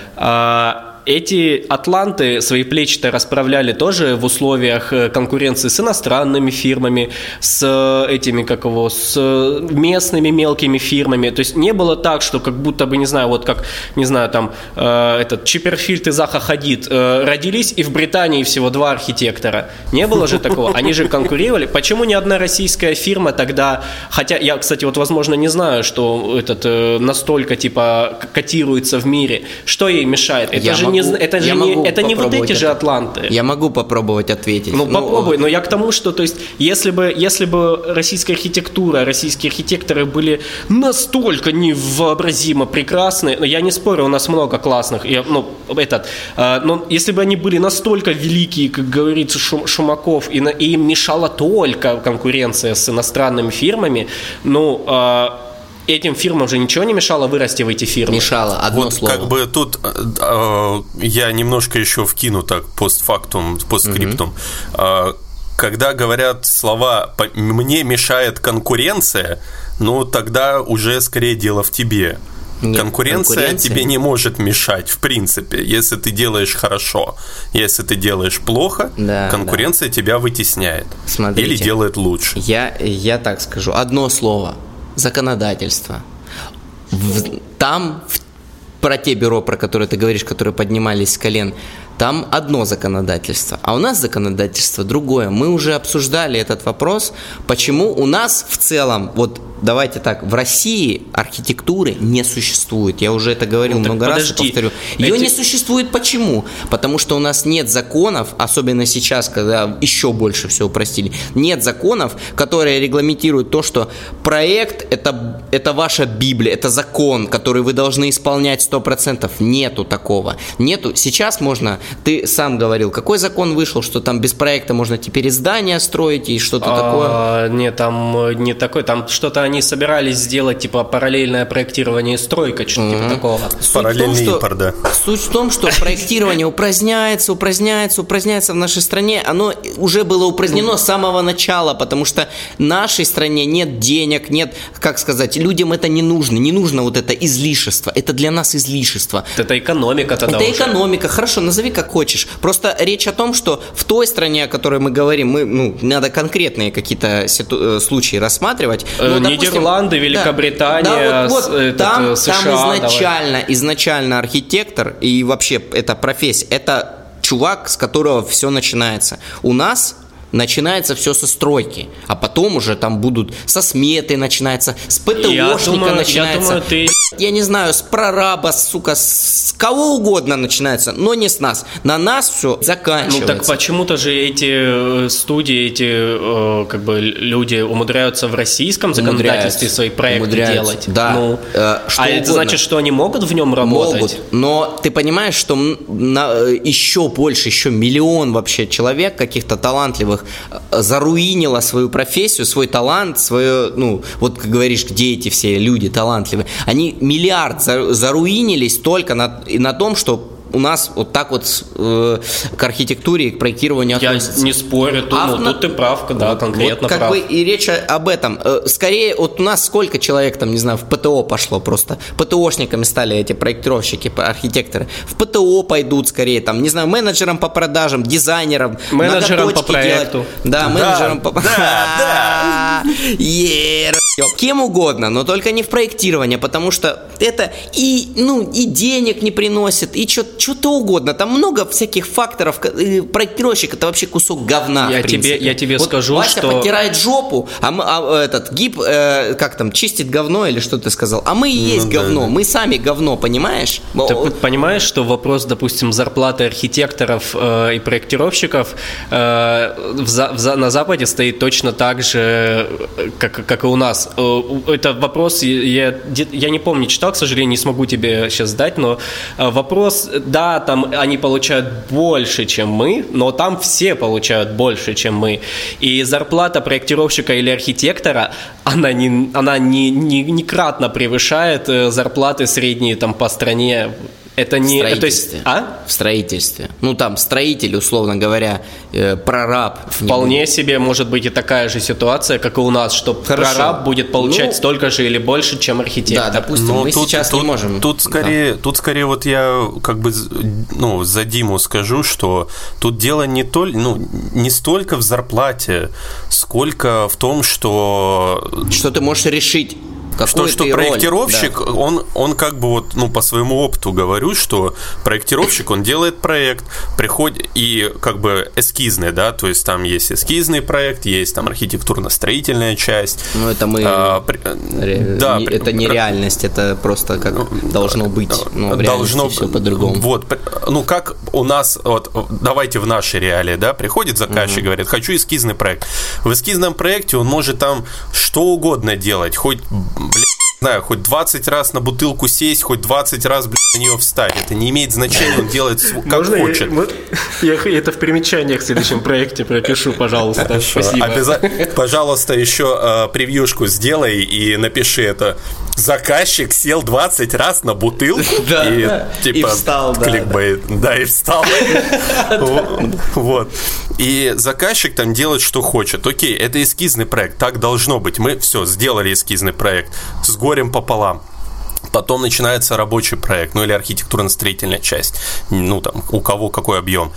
Эти атланты свои плечи-то расправляли тоже в условиях конкуренции с иностранными фирмами, с этими, как его, с местными мелкими фирмами. То есть не было так, что как будто бы, не знаю, вот как, не знаю, там, э, этот Чипперфильд и Заха Хадид э, родились, и в Британии всего два архитектора. Не было же такого. Они же конкурировали. Почему ни одна российская фирма тогда, хотя я, кстати, вот, возможно, не знаю, что этот э, настолько, типа, котируется в мире, что ей мешает? Это я же не, это же не, это не вот эти это. же атланты. Я могу попробовать ответить. Ну, ну попробуй, но я к тому, что, то есть, если бы, если бы российская архитектура, российские архитекторы были настолько невообразимо прекрасны, я не спорю, у нас много классных, я, ну, этот, э, но если бы они были настолько великие, как говорится Шум, Шумаков, и, и им мешала только конкуренция с иностранными фирмами, ну, э, этим фирмам же ничего не мешало вырасти в эти фирмы. Мешало, одно вот слово. Как бы тут э, я немножко еще вкину так постфактум, постскриптум. Mm-hmm. Э, когда говорят слова «мне мешает конкуренция», ну тогда уже скорее дело в тебе. Нет, конкуренция, конкуренция тебе не может мешать, в принципе, если ты делаешь хорошо. Если ты делаешь плохо, да, конкуренция да. тебя вытесняет. Смотрите, или делает лучше. Я, я так скажу, одно слово. Законодательство. В, там, в, про те бюро, про которые ты говоришь, которые поднимались с колен, там одно законодательство, а у нас законодательство другое. Мы уже обсуждали этот вопрос, почему у нас в целом, вот давайте так, в России архитектуры не существует. Я уже это говорил ну, много раз и повторю. Ее Эти... не существует почему? Потому что у нас нет законов, особенно сейчас, когда еще больше все упростили, нет законов, которые регламентируют то, что проект это, это ваша Библия, это закон, который вы должны исполнять сто процентов. Нету такого. Нету. Сейчас можно, ты сам говорил, какой закон вышел, что там без проекта можно теперь и здания строить и что-то а, такое? Нет, там не такой, там что-то они собирались сделать, типа, параллельное проектирование и стройка, что-то mm-hmm. типа такого. Параллельный импорт, да. Суть в том, что проектирование упраздняется, упраздняется, упраздняется в нашей стране. Оно уже было упразднено с самого начала, потому что в нашей стране нет денег, нет, как сказать, людям это не нужно. Не нужно вот это излишество. Это для нас излишество. Это экономика тогда Это уже. экономика. Хорошо, назови как хочешь. Просто речь о том, что в той стране, о которой мы говорим, мы, ну, надо конкретные какие-то ситу- случаи рассматривать. Но, допустим, Нидерланды, Великобритания, да, вот, вот, этот, там, США. Там изначально, изначально архитектор и вообще эта профессия, это чувак, с которого все начинается. У нас начинается все со стройки, а потом уже там будут со сметы начинается, с ПТОшника начинается. Я думаю, ты... Я не знаю, с прораба, сука, с кого угодно начинается, но не с нас. На нас все заканчивается. Ну так почему-то же эти студии, эти как бы люди умудряются в российском законодательстве свои проекты делать. Да. Ну, э, что а угодно. Это значит, что они могут в нем работать? Могут, но ты понимаешь, что на, еще больше, еще миллион вообще человек, каких-то талантливых, заруинило свою профессию, свой талант, свое, ну, вот как говоришь, где эти все люди талантливые, они миллиард заруинились только на, на том, что у нас вот так вот э, к архитектуре и к проектированию относятся. Я не спорю, тут, а, ну, на... тут ты прав, да, вот, конкретно вот как прав. бы и речь об этом. Скорее, вот у нас сколько человек там, не знаю, в ПТО пошло просто. ПТОшниками стали эти проектировщики, архитекторы. В ПТО пойдут скорее, там, не знаю, менеджером по продажам, дизайнером, менеджером по проекту. Делать. Да, менеджером да, по... Да, да. Кем угодно, но только не в проектирование, потому что это и, ну, и денег не приносит, и что-то угодно. Там много всяких факторов. Проектировщик – это вообще кусок говна, я в принципе. Тебе, я тебе вот скажу, Вася что... потирает жопу, а, мы, а этот гиб, э, как там, чистит говно или что ты сказал? А мы и есть ну, говно, да, да. Мы сами говно, понимаешь? Ты понимаешь, что вопрос, допустим, зарплаты архитекторов э, и проектировщиков э, в, в, на Западе стоит точно так же, как, как и у нас. Это вопрос, я, я не помню, читал, к сожалению, не смогу тебе сейчас дать, но вопрос, да, там они получают больше, чем мы, но там все получают больше, чем мы. И зарплата проектировщика или архитектора, она не, она не, не, не кратно превышает зарплаты средние там по стране. Это не... В строительстве. То есть, а? В строительстве. Ну, там, строитель, условно говоря, э, прораб. Вполне себе может быть и такая же ситуация, как и у нас, что Хорошо. прораб будет получать ну, столько же или больше, чем архитектор. Да, допустим, Но мы тут, сейчас тут, не можем. Тут скорее, да. тут скорее вот я как бы ну, за Диму скажу, что тут дело не, толь, ну, не столько в зарплате, сколько в том, что... Что ты можешь решить. какую что, ты что роль, проектировщик, да. он, он как бы вот, ну, по своему опыту говорю, что проектировщик, он делает проект, приходит, и как бы эскизный, да, то есть там есть эскизный проект, есть там архитектурно-строительная часть. Ну, это мы... А, при, ре, да, не, при, это не реальность, это просто как должно быть. Ну, в должно все по-другому. Вот, ну, как у нас, вот, давайте в нашей реалии, да, приходит заказчик, угу. говорит, хочу эскизный проект. В эскизном проекте он может там что угодно делать, хоть, блядь, не знаю, хоть двадцать раз на бутылку сесть, хоть двадцать раз, блядь, на нее встать. Это не имеет значения, он делает как Можно хочет. Я, я это в примечаниях в следующем проекте пропишу, пожалуйста. Хорошо. Спасибо. Обязательно, пожалуйста, еще э, превьюшку сделай и напиши это. Заказчик сел двадцать раз на бутылку и типа кликбейт. Да, и встал. Вот. И заказчик там делает, что хочет. Окей, это эскизный проект, так должно быть. Мы все, сделали эскизный проект с горем пополам. Потом начинается рабочий проект, ну или архитектурно-строительная часть, ну там, у кого какой объем.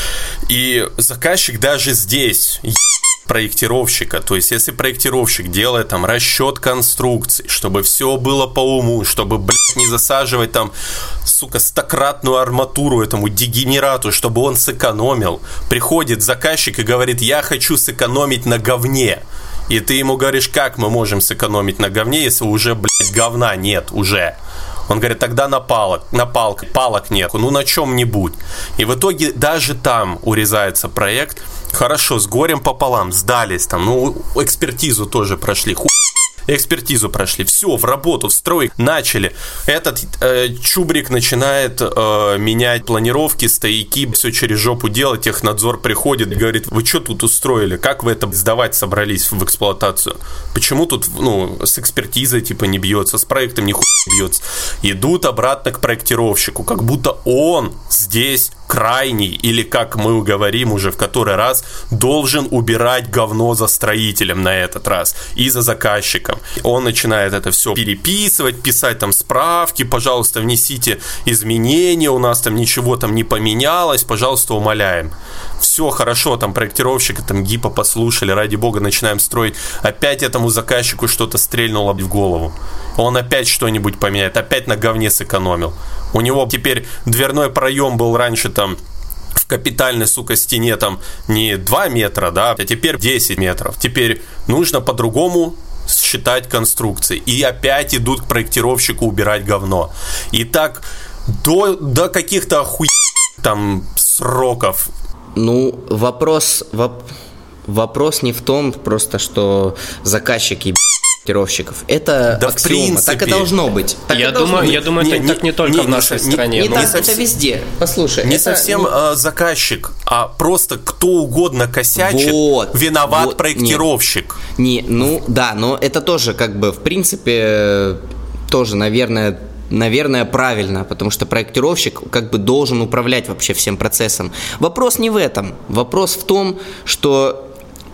И заказчик даже здесь проектировщика, то есть если проектировщик делает там расчет конструкций, чтобы все было по уму, чтобы, блядь, не засаживать там, сука, стократную арматуру этому дегенерату, чтобы он сэкономил, приходит заказчик и говорит, я хочу сэкономить на говне. И ты ему говоришь, как мы можем сэкономить на говне, если уже, блядь, говна нет уже. Он говорит, тогда на палок, на палках, палок нет, ну на чем-нибудь. И в итоге даже там урезается проект. Хорошо, с горем пополам, сдались там, ну экспертизу тоже прошли, хуй. Экспертизу прошли, все, в работу, в строй начали. Этот э, Чубрик начинает э, менять планировки, стояки, все через жопу делать. Технадзор приходит и говорит, вы что тут устроили? Как вы это сдавать собрались в эксплуатацию? Почему тут, ну, с экспертизой типа не бьется, с проектом нихуя не бьется? Идут обратно к проектировщику, как будто он здесь крайний, или, как мы говорим уже в который раз, должен убирать говно за строителем на этот раз и за заказчиком. Он начинает это все переписывать, писать там справки, пожалуйста, внесите изменения, у нас там ничего там не поменялось, пожалуйста, умоляем. Все хорошо, там проектировщика, там ГИПа послушали, ради бога, начинаем строить. Опять этому заказчику что-то стрельнуло в голову. Он опять что-нибудь поменяет, опять на говне сэкономил. У него теперь дверной проем был раньше там в капитальной, сука, стене там не два метра, да, а теперь десять метров. Теперь нужно по-другому считать конструкции. И опять идут к проектировщику убирать говно. И так до, до каких-то охуенных там сроков. Ну, вопрос, воп, вопрос не в том просто, что заказчики проектировщиков. Это да, аксиома. В принципе. Так и должно быть. Так я, и думаю, быть. я думаю, не, это не, так не только не, в нашей не, стране. Не, но... так, не это везде. Послушай. Не это, совсем не... э, заказчик, а просто кто угодно косячит, вот, виноват вот, проектировщик. Не, не, ну да, но это тоже как бы в принципе тоже, наверное, наверное, правильно, потому что проектировщик как бы должен управлять вообще всем процессом. Вопрос не в этом. Вопрос в том, что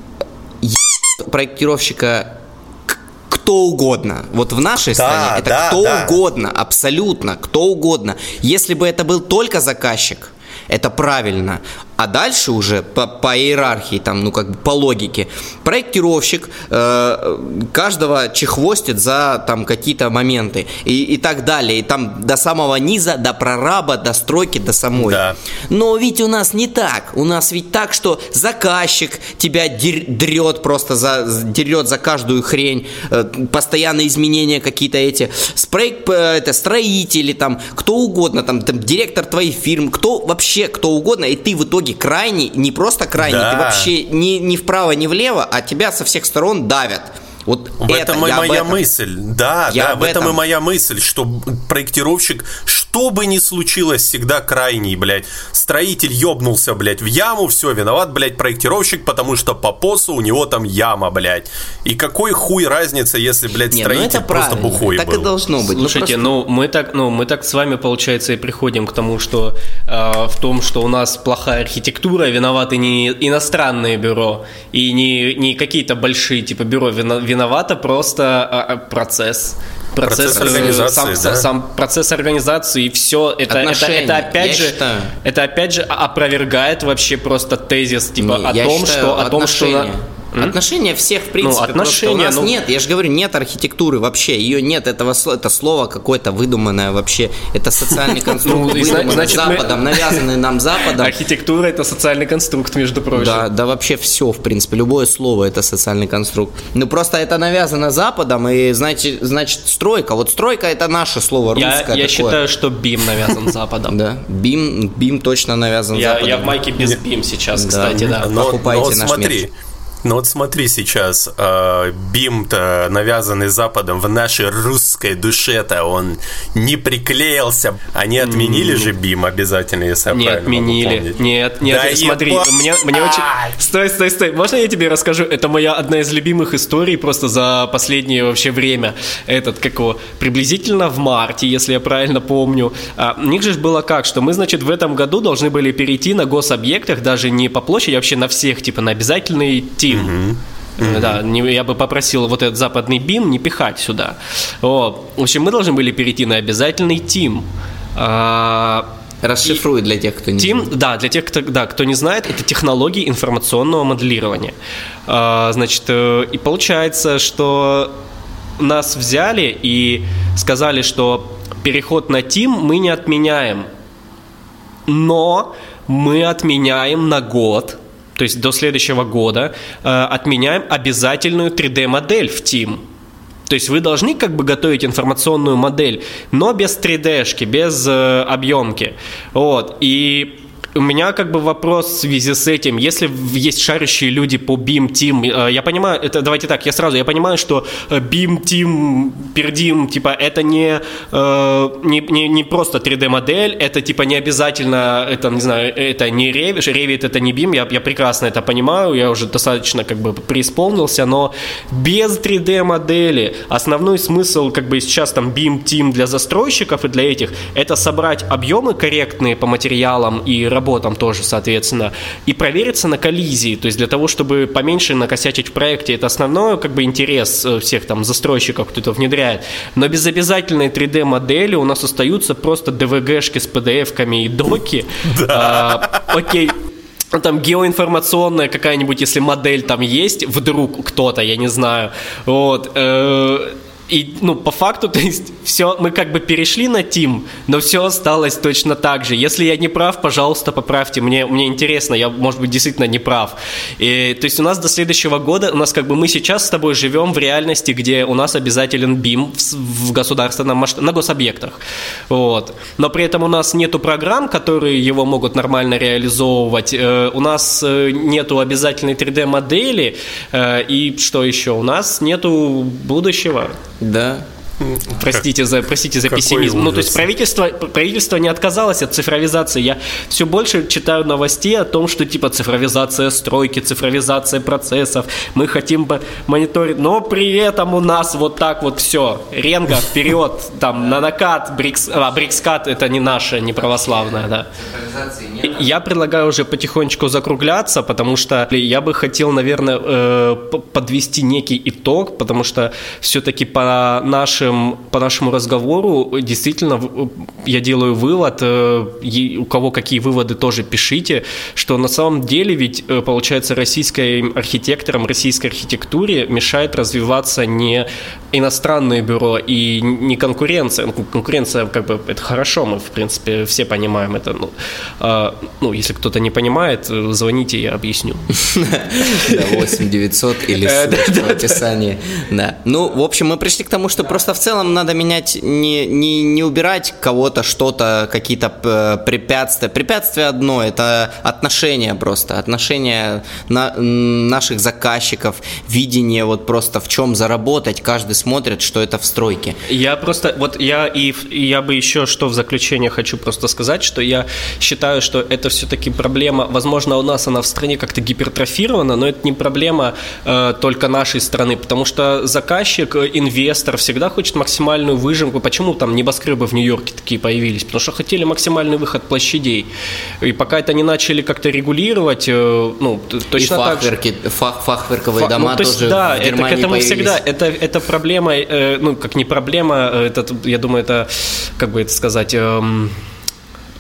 проектировщика кто угодно. Вот в нашей да, стране это да, кто да. угодно, абсолютно кто угодно. Если бы это был только заказчик, это правильно. А дальше уже по, по иерархии, там, ну как бы по логике, проектировщик э, каждого чехвостит за там какие-то моменты и, и так далее. И там до самого низа, до прораба, до стройки, до самой. Да. Но ведь у нас не так. У нас ведь так, что заказчик тебя дер, дрет просто за, дерет за каждую хрень, э, постоянные изменения какие-то эти. Спроект, э, это строители, там, кто угодно, там, там, директор твоей фирмы, кто вообще, кто угодно, и ты в итоге крайний, не просто крайний, да. Ты вообще ни, ни вправо, ни влево, а тебя со всех сторон давят. Вот в это, этом и моя этом. мысль. Да, я да, в этом. этом и моя мысль, что проектировщик, что бы ни случилось, всегда крайний, блядь. Строитель ёбнулся, блядь, в яму, все, виноват, блядь, проектировщик, потому что по посу у него там яма, блядь. И какой хуй разница, если, блядь, Не, строитель ну просто бухой так был. Так и должно быть. Слушайте, ну, просто... ну мы так, ну мы так с вами, получается, и приходим к тому, что э, в том, что у нас плохая архитектура, виноваты не иностранные бюро и не, не какие-то большие типа бюро, виноваты просто процесс. Процесс, процесс организации, сам, да? сам процесс организации и все это, это, это опять же считаю. это опять же опровергает вообще просто тезис типа Не, о том, считаю, что о том, что М? Отношения всех, в принципе, ну, отношения, просто у нас ну... нет, я же говорю, нет архитектуры вообще, ее нет, этого слова, это слово какое-то выдуманное вообще, это социальный конструкт, выдуманный Западом, навязанный нам Западом. Архитектура – это социальный конструкт, между прочим. Да, да вообще все, в принципе, любое слово – это социальный конструкт. Ну, просто это навязано Западом, и значит, значит стройка, вот стройка – это наше слово русское. Я считаю, что бим навязан Западом. Да, бим, бим точно навязан Западом. Я в майке без бим сейчас, кстати, да. Покупайте наш мерч. Ну вот смотри сейчас, э, бим-то, навязанный Западом, в нашей русской душе-то он не приклеился. Они отменили mm. же бим обязательно, если я не правильно отменили. могу помнить. Нет, нет, да смотри, ебать. мне, мне очень... Стой, стой, стой, можно я тебе расскажу? Это моя одна из любимых историй просто за последнее вообще время. Этот, как его, приблизительно в марте, если я правильно помню. А, у них же было как, что мы, значит, в этом году должны были перейти на гособъектах, даже не по площади, а вообще на всех, типа на обязательный тип. Mm-hmm. Mm-hmm. Да, не, я бы попросил вот этот западный бим не пихать сюда. О, в общем, мы должны были перейти на обязательный тим. А, Расшифруй для тех, кто не тим, знает. Да, для тех, кто, да, кто не знает, это технологии информационного моделирования. А, значит, и получается, что нас взяли и сказали, что переход на тим мы не отменяем, но мы отменяем на год. То есть до следующего года э, отменяем обязательную три дэ-модель в тим. То есть вы должны как бы готовить информационную модель, но без три дэ-шки, без э, объемки. Вот. И у меня как бы вопрос в связи с этим. Если есть шарящие люди по бим, тим, я понимаю, это давайте так, я сразу, я понимаю, что бим, тим, пердим, типа это не, не, не, не просто три дэ-модель, это типа не обязательно, это, не знаю, это не Revit, Revit это не бим, я, я прекрасно это понимаю, я уже достаточно как бы преисполнился, но без три дэ-модели основной смысл как бы сейчас там бим, тим для застройщиков и для этих, это собрать объемы корректные по материалам и работать работам тоже, соответственно, и провериться на коллизии, то есть для того, чтобы поменьше накосячить в проекте, это основной как бы интерес всех там застройщиков, кто это внедряет, но без обязательной три дэ-модели у нас остаются просто дэ вэ гэ-шки с пи ди эф-ками и доки. А, окей, там геоинформационная какая-нибудь, если модель там есть, вдруг кто-то, я не знаю, вот, э- И, ну, по факту, то есть, все, мы как бы перешли на тим, но все осталось точно так же. Если я не прав, пожалуйста, поправьте. Мне, мне интересно, я, может быть, действительно не прав. И, то есть, у нас до следующего года, у нас как бы мы сейчас с тобой живем в реальности, где у нас обязателен бим в, в государственном масштабе, на гособъектах. Вот. Но при этом у нас нету программ, которые его могут нормально реализовывать. Э, у нас нету обязательной три дэ-модели. Э, и что еще? У нас нету будущего. Да. Простите за, простите за пессимизм. Ужас. Ну, то есть правительство, правительство не отказалось от цифровизации. Я все больше читаю новостей о том, что типа цифровизация стройки, цифровизация процессов. Мы хотим бы мониторить, но при этом у нас вот так вот все. Ренга вперед, там на накат, брикс, а, брикскат это не наше, не православное, да. Я предлагаю уже потихонечку закругляться, потому что я бы хотел, наверное, подвести некий итог, потому что все-таки по нашим по нашему разговору действительно я делаю вывод, у кого какие выводы тоже пишите, что на самом деле ведь получается российским архитекторам, российской архитектуре мешает развиваться не иностранное бюро и не конкуренция. Ну, конкуренция как бы это хорошо, мы в принципе все понимаем это. Ну, а, ну если кто-то не понимает, звоните, я объясню. восемь девятьсот или ссылочка в описании. Да. Ну, в общем, мы пришли к тому, что просто в целом надо менять, не, не, не убирать кого-то, что-то, какие-то препятствия. Препятствие одно, это отношения просто, отношения на, наших заказчиков, видение вот просто в чем заработать, каждый смотрит, что это в стройке. Я просто, вот я и я бы еще что в заключение хочу просто сказать, что я считаю, что это все-таки проблема, возможно, у нас она в стране как-то гипертрофирована, но это не проблема э, только нашей страны, потому что заказчик, инвестор всегда хочет максимальную выжимку. Почему там небоскребы в Нью-Йорке такие появились? Потому что хотели максимальный выход площадей. И пока это не начали как-то регулировать, ну, точно и так же... Фах, фахверковые дома ну, то есть, тоже да, в Германии это к этому появились. Всегда, это, это проблема, э, ну, как не проблема, это, я думаю, это, как бы это сказать... Э,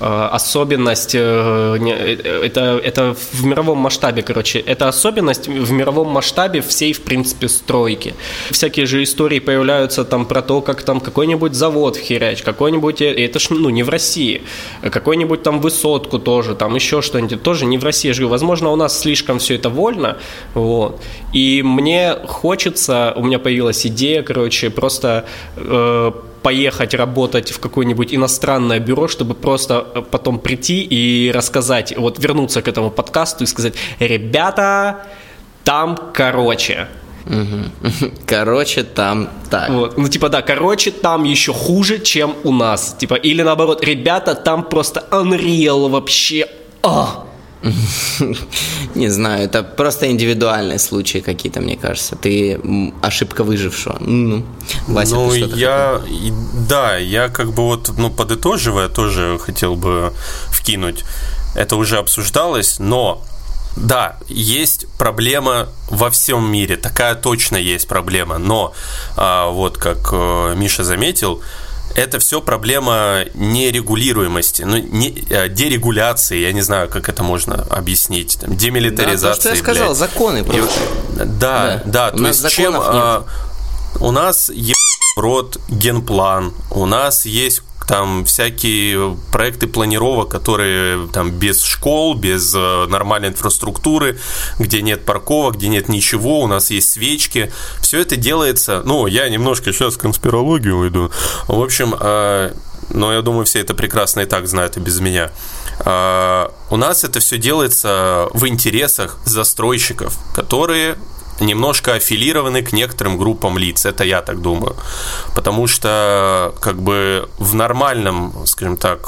особенность, это, это в мировом масштабе, короче, это особенность в мировом масштабе всей, в принципе, стройки. Всякие же истории появляются там про то, как там какой-нибудь завод вхеряч, какой-нибудь, это ж, ну, не в России, какой-нибудь там высотку тоже, там еще что-нибудь, тоже не в России. Я же говорю, возможно, у нас слишком все это вольно, вот, и мне хочется, у меня появилась идея, короче, просто э, поехать работать в какое-нибудь иностранное бюро, чтобы просто потом прийти и рассказать, вот вернуться к этому подкасту и сказать: ребята, там короче. Угу. Короче, там так. Вот. Ну, типа, да, короче, там еще хуже, чем у нас. Типа, или наоборот, ребята, там просто Unreal вообще. А! Не знаю, это просто индивидуальные случаи какие-то, мне кажется. Ты ошибка выжившего. Ну, Вася, ну ты что-то я, и, да, я как бы вот, ну, подытоживая, тоже хотел бы вкинуть. Это уже обсуждалось, но да, есть проблема во всем мире, такая точно есть проблема, но а, вот как а, Миша заметил, это все проблема нерегулируемости, ну, не, дерегуляции, я не знаю, как это можно объяснить, там, демилитаризации. Да, то, что я сказал, блядь. Законы просто. И, да, да, да, то есть чем а, у нас е... рот генплан, у нас есть там всякие проекты планировок, которые там без школ, без э, нормальной инфраструктуры, где нет парковок, где нет ничего, у нас есть свечки. Все это делается, ну, я немножко сейчас в конспирологию уйду. В общем, э, но я думаю, все это прекрасно и так знают и без меня. Э, у нас это все делается в интересах застройщиков, которые немножко аффилированы к некоторым группам лиц, это я так думаю, потому что как бы в нормальном, скажем так,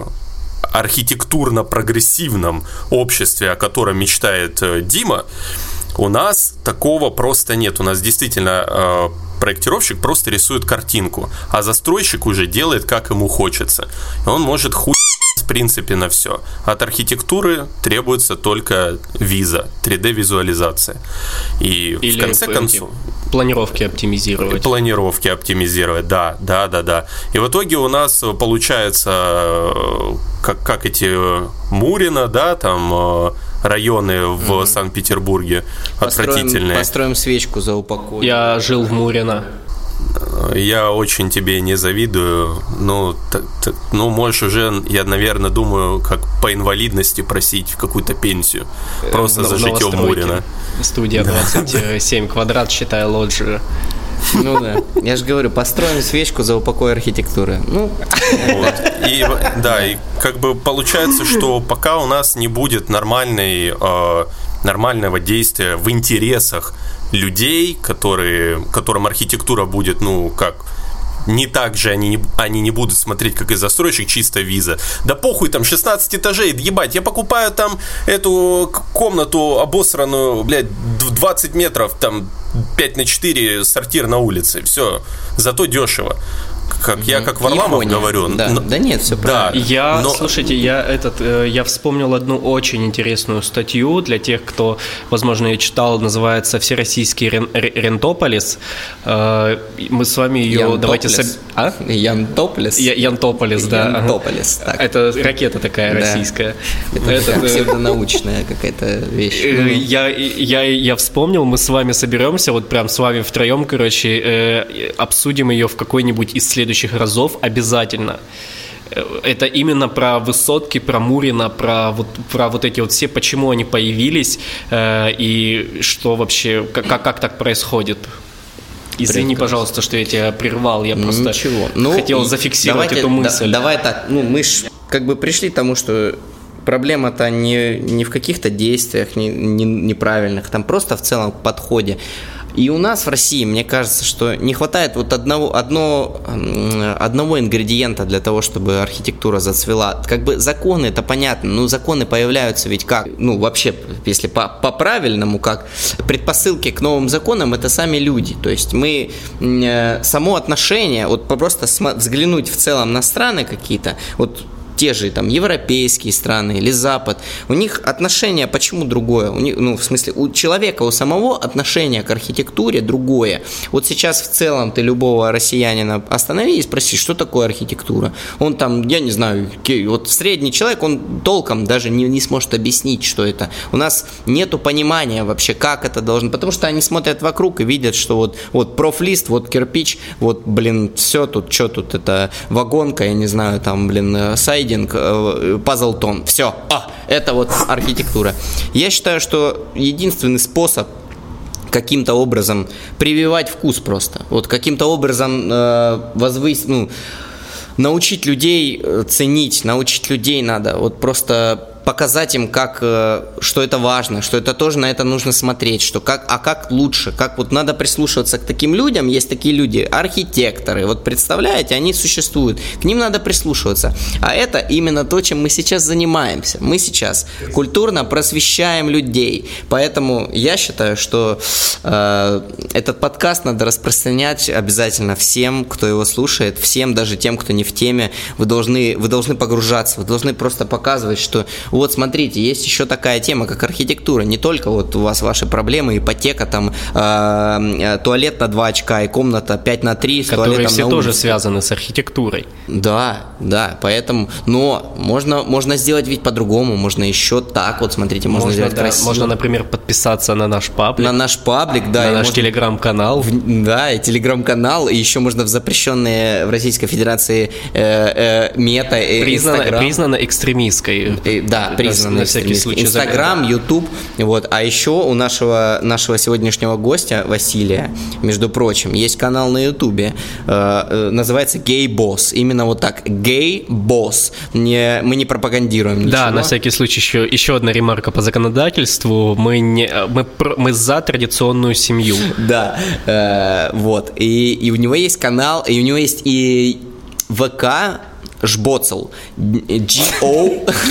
архитектурно-прогрессивном обществе, о котором мечтает Дима, у нас такого просто нет, у нас действительно проектировщик просто рисует картинку, а застройщик уже делает, как ему хочется, и он может хуй в принципе на все. От архитектуры требуется только виза, три дэ-визуализация. И Или в конце концов... Планировки оптимизировать. Планировки оптимизировать, да, да, да, да. И в итоге у нас получается, как, как эти Мурино, да, там районы в mm-hmm. Санкт-Петербурге построим, отвратительные. Построим свечку за упокой. Я жил в Мурино. Я очень тебе не завидую. Ну, т- т- ну, можешь уже, я, наверное, думаю, как по инвалидности просить какую-то пенсию. Просто за житье в Мурино. Студия двадцать семь квадрат, считая лоджию. Ну да. Я же говорю, построим свечку за упокой архитектуры. Ну. Вот. И, да, и как бы получается, что пока у нас не будет нормальной, э, нормального действия в интересах людей, которые, которым архитектура будет, ну, как... Не так же они не, они не будут смотреть, как и застройщик, чисто виза. Да похуй, там шестнадцать этажей, ебать, я покупаю там эту комнату обосранную, блядь, двадцать метров, там пять на четыре сортир на улице, все, зато дешево. Как, я как Варламов Япония. говорю. Да, но, да нет, все правильно. Да, я, но... слушайте, я, этот, э, я вспомнил одну очень интересную статью для тех, кто, возможно, ее читал, называется «Всероссийский рен, рентополис». Э, мы с вами ее... Янтополис. Давайте... Соб... А? Янтополис? Я, Янтополис, да. Янтополис, так. Это ракета такая да. российская. Это, это псевдонаучная какая-то вещь. Я, я, я вспомнил, мы с вами соберемся, вот прям с вами втроем, короче, э, обсудим ее в какой-нибудь из следующих разов обязательно. Это именно про высотки, про Мурино, про вот, про вот эти вот все, почему они появились э, и что вообще, как, как так происходит. Извини, Прекрасно. Пожалуйста, что я тебя прервал, я просто Ничего. Ну, хотел зафиксировать давайте, эту мысль. Да, давай так, ну мы ж как бы пришли к тому, что проблема-то не, не в каких-то действиях не, не, неправильных, там просто в целом в подходе. И у нас в России, мне кажется, что не хватает вот одного, одно, одного ингредиента для того, чтобы архитектура зацвела. Как бы законы, это понятно, но законы появляются ведь как, ну вообще, если по, по-правильному, как предпосылки к новым законам, это сами люди. То есть мы, само отношение, вот просто взглянуть в целом на страны какие-то, вот те же там европейские страны или Запад, у них отношение почему другое? У них, ну, в смысле, у человека, у самого отношение к архитектуре другое. Вот сейчас в целом ты любого россиянина останови и спроси, что такое архитектура. Он там, я не знаю, вот средний человек, он толком даже не, не сможет объяснить, что это. У нас нету понимания вообще, как это должно, потому что они смотрят вокруг и видят, что вот, вот профлист, вот кирпич, вот, блин, все тут, что тут, это вагонка, я не знаю, там, блин, сайдинг, пазлтон, все, а, это вот архитектура. Я считаю, что единственный способ каким-то образом прививать вкус просто, вот каким-то образом э, возвысить, ну, научить людей ценить, научить людей надо, вот просто показать им, как, что это важно, что это тоже на это нужно смотреть, что как, а как лучше, как вот надо прислушиваться к таким людям, есть такие люди, архитекторы, вот представляете, они существуют, к ним надо прислушиваться, а это именно то, чем мы сейчас занимаемся, мы сейчас культурно просвещаем людей, поэтому я считаю, что э, этот подкаст надо распространять обязательно всем, кто его слушает, всем, даже тем, кто не в теме, вы должны, вы должны погружаться, вы должны просто показывать, что вот смотрите, есть еще такая тема, как архитектура. Не только вот у вас ваши проблемы, ипотека, там э, туалет на два очка и комната пять на три с которые туалетом все на улице. Тоже связаны с архитектурой. Да, да, поэтому, но можно, можно сделать ведь по-другому, можно еще так, вот смотрите, можно, можно сделать да, красиво. Можно, например, подписаться на наш паблик. На наш паблик, да. На наш можно... телеграм-канал. В... Да, и телеграм-канал, и еще можно в запрещенные в Российской Федерации э, э, мета, э, признано, Инстаграм. Признано экстремистской. Э, да, признано экстремистской. Инстаграм, заметил. Ютуб, вот, а еще у нашего, нашего сегодняшнего гостя, Василия, между прочим, есть канал на Ютубе, э, э, называется Gay Boss, именно вот так, Gay Boss, не, мы не пропагандируем ничего. Да, на всякий случай еще, еще одна ремарка по законодательству, мы, не, мы, мы за традиционную семью. Да, э, вот, и, и у него есть канал, и у него есть и ВК, Жбоцел, джи о,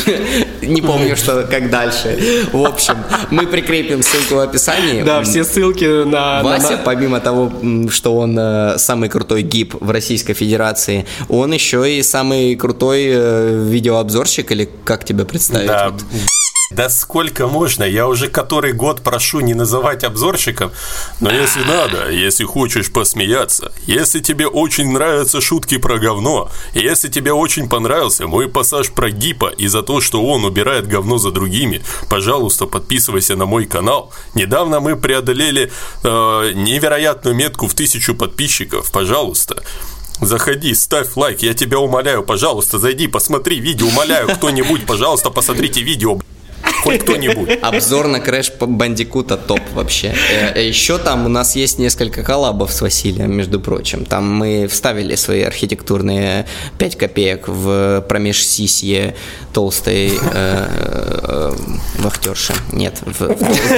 не помню, что, как дальше. В общем, мы прикрепим ссылку в описании. Да, все ссылки на... Вася, на... помимо того, что он э, самый крутой гип в Российской Федерации, он еще и самый крутой э, видеообзорщик, или как тебя представить? Да. Вот. Да сколько можно? Я уже который год прошу не называть обзорщиком, но если надо, если хочешь посмеяться, если тебе очень нравятся шутки про говно, если тебе очень понравился мой пассаж про гипа и за то, что он убирает говно за другими, пожалуйста, подписывайся на мой канал. Недавно мы преодолели э, невероятную метку в тысячу подписчиков, пожалуйста. Заходи, ставь лайк, я тебя умоляю, пожалуйста, зайди, посмотри видео, умоляю, кто-нибудь, пожалуйста, посмотрите видео. Хоть кто-нибудь. Обзор на Crash Bandicoot топ вообще. Еще там у нас есть несколько коллабов с Василием, между прочим. Там мы вставили свои архитектурные пять копеек в промежсисье толстой э, э, вахтерши. Нет. В...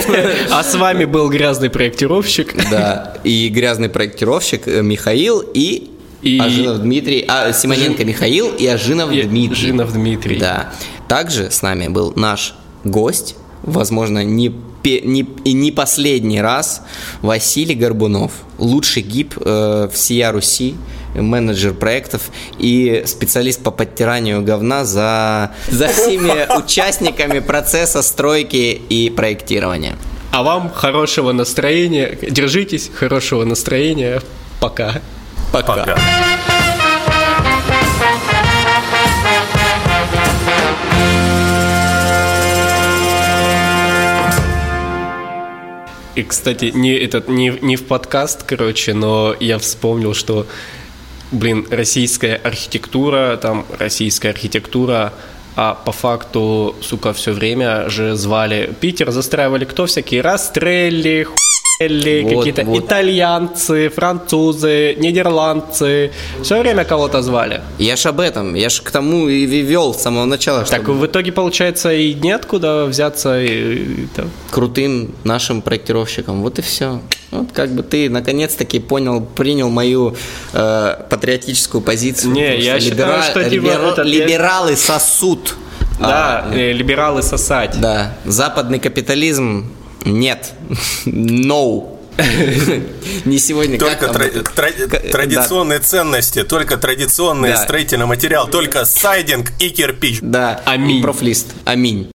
А с вами был грязный проектировщик. Да, и грязный проектировщик Михаил и... И... Ажинов Дмитрий, а, Симоненко Михаил и Ажинов и Дмитрий. Ажинов Дмитрий. Да. Также с нами был наш гость, возможно, не, не, и не последний раз, Василий Горбунов, лучший гип э, всея Руси, менеджер проектов и специалист по подтиранию говна за, за всеми участниками процесса стройки и проектирования. А вам хорошего настроения, держитесь, хорошего настроения, пока. Пока. Пока. И, кстати, не, этот, не, не в подкаст, короче, но я вспомнил, что, блин, российская архитектура, там, российская архитектура, а по факту, сука, все время же звали... Питер застраивали кто? Всякие Растрелли, хуэлли, вот, какие-то вот. Итальянцы, французы, нидерландцы. Все время кого-то звали. Я ж об этом, я ж к тому и вел с самого начала. Так чтобы... в итоге, получается, и неоткуда взяться и, и, там. крутым нашим проектировщикам. Вот и все. Вот как бы ты наконец-таки понял, принял мою э, патриотическую позицию. Не, я что считаю, либера... что либера... этот... либералы сосут. Да, а, либералы сосать. Да, западный капитализм нет. No. Не сегодня. Только традиционные ценности, только традиционный строительный материал, только сайдинг и кирпич. Да, аминь. Профлист. Аминь.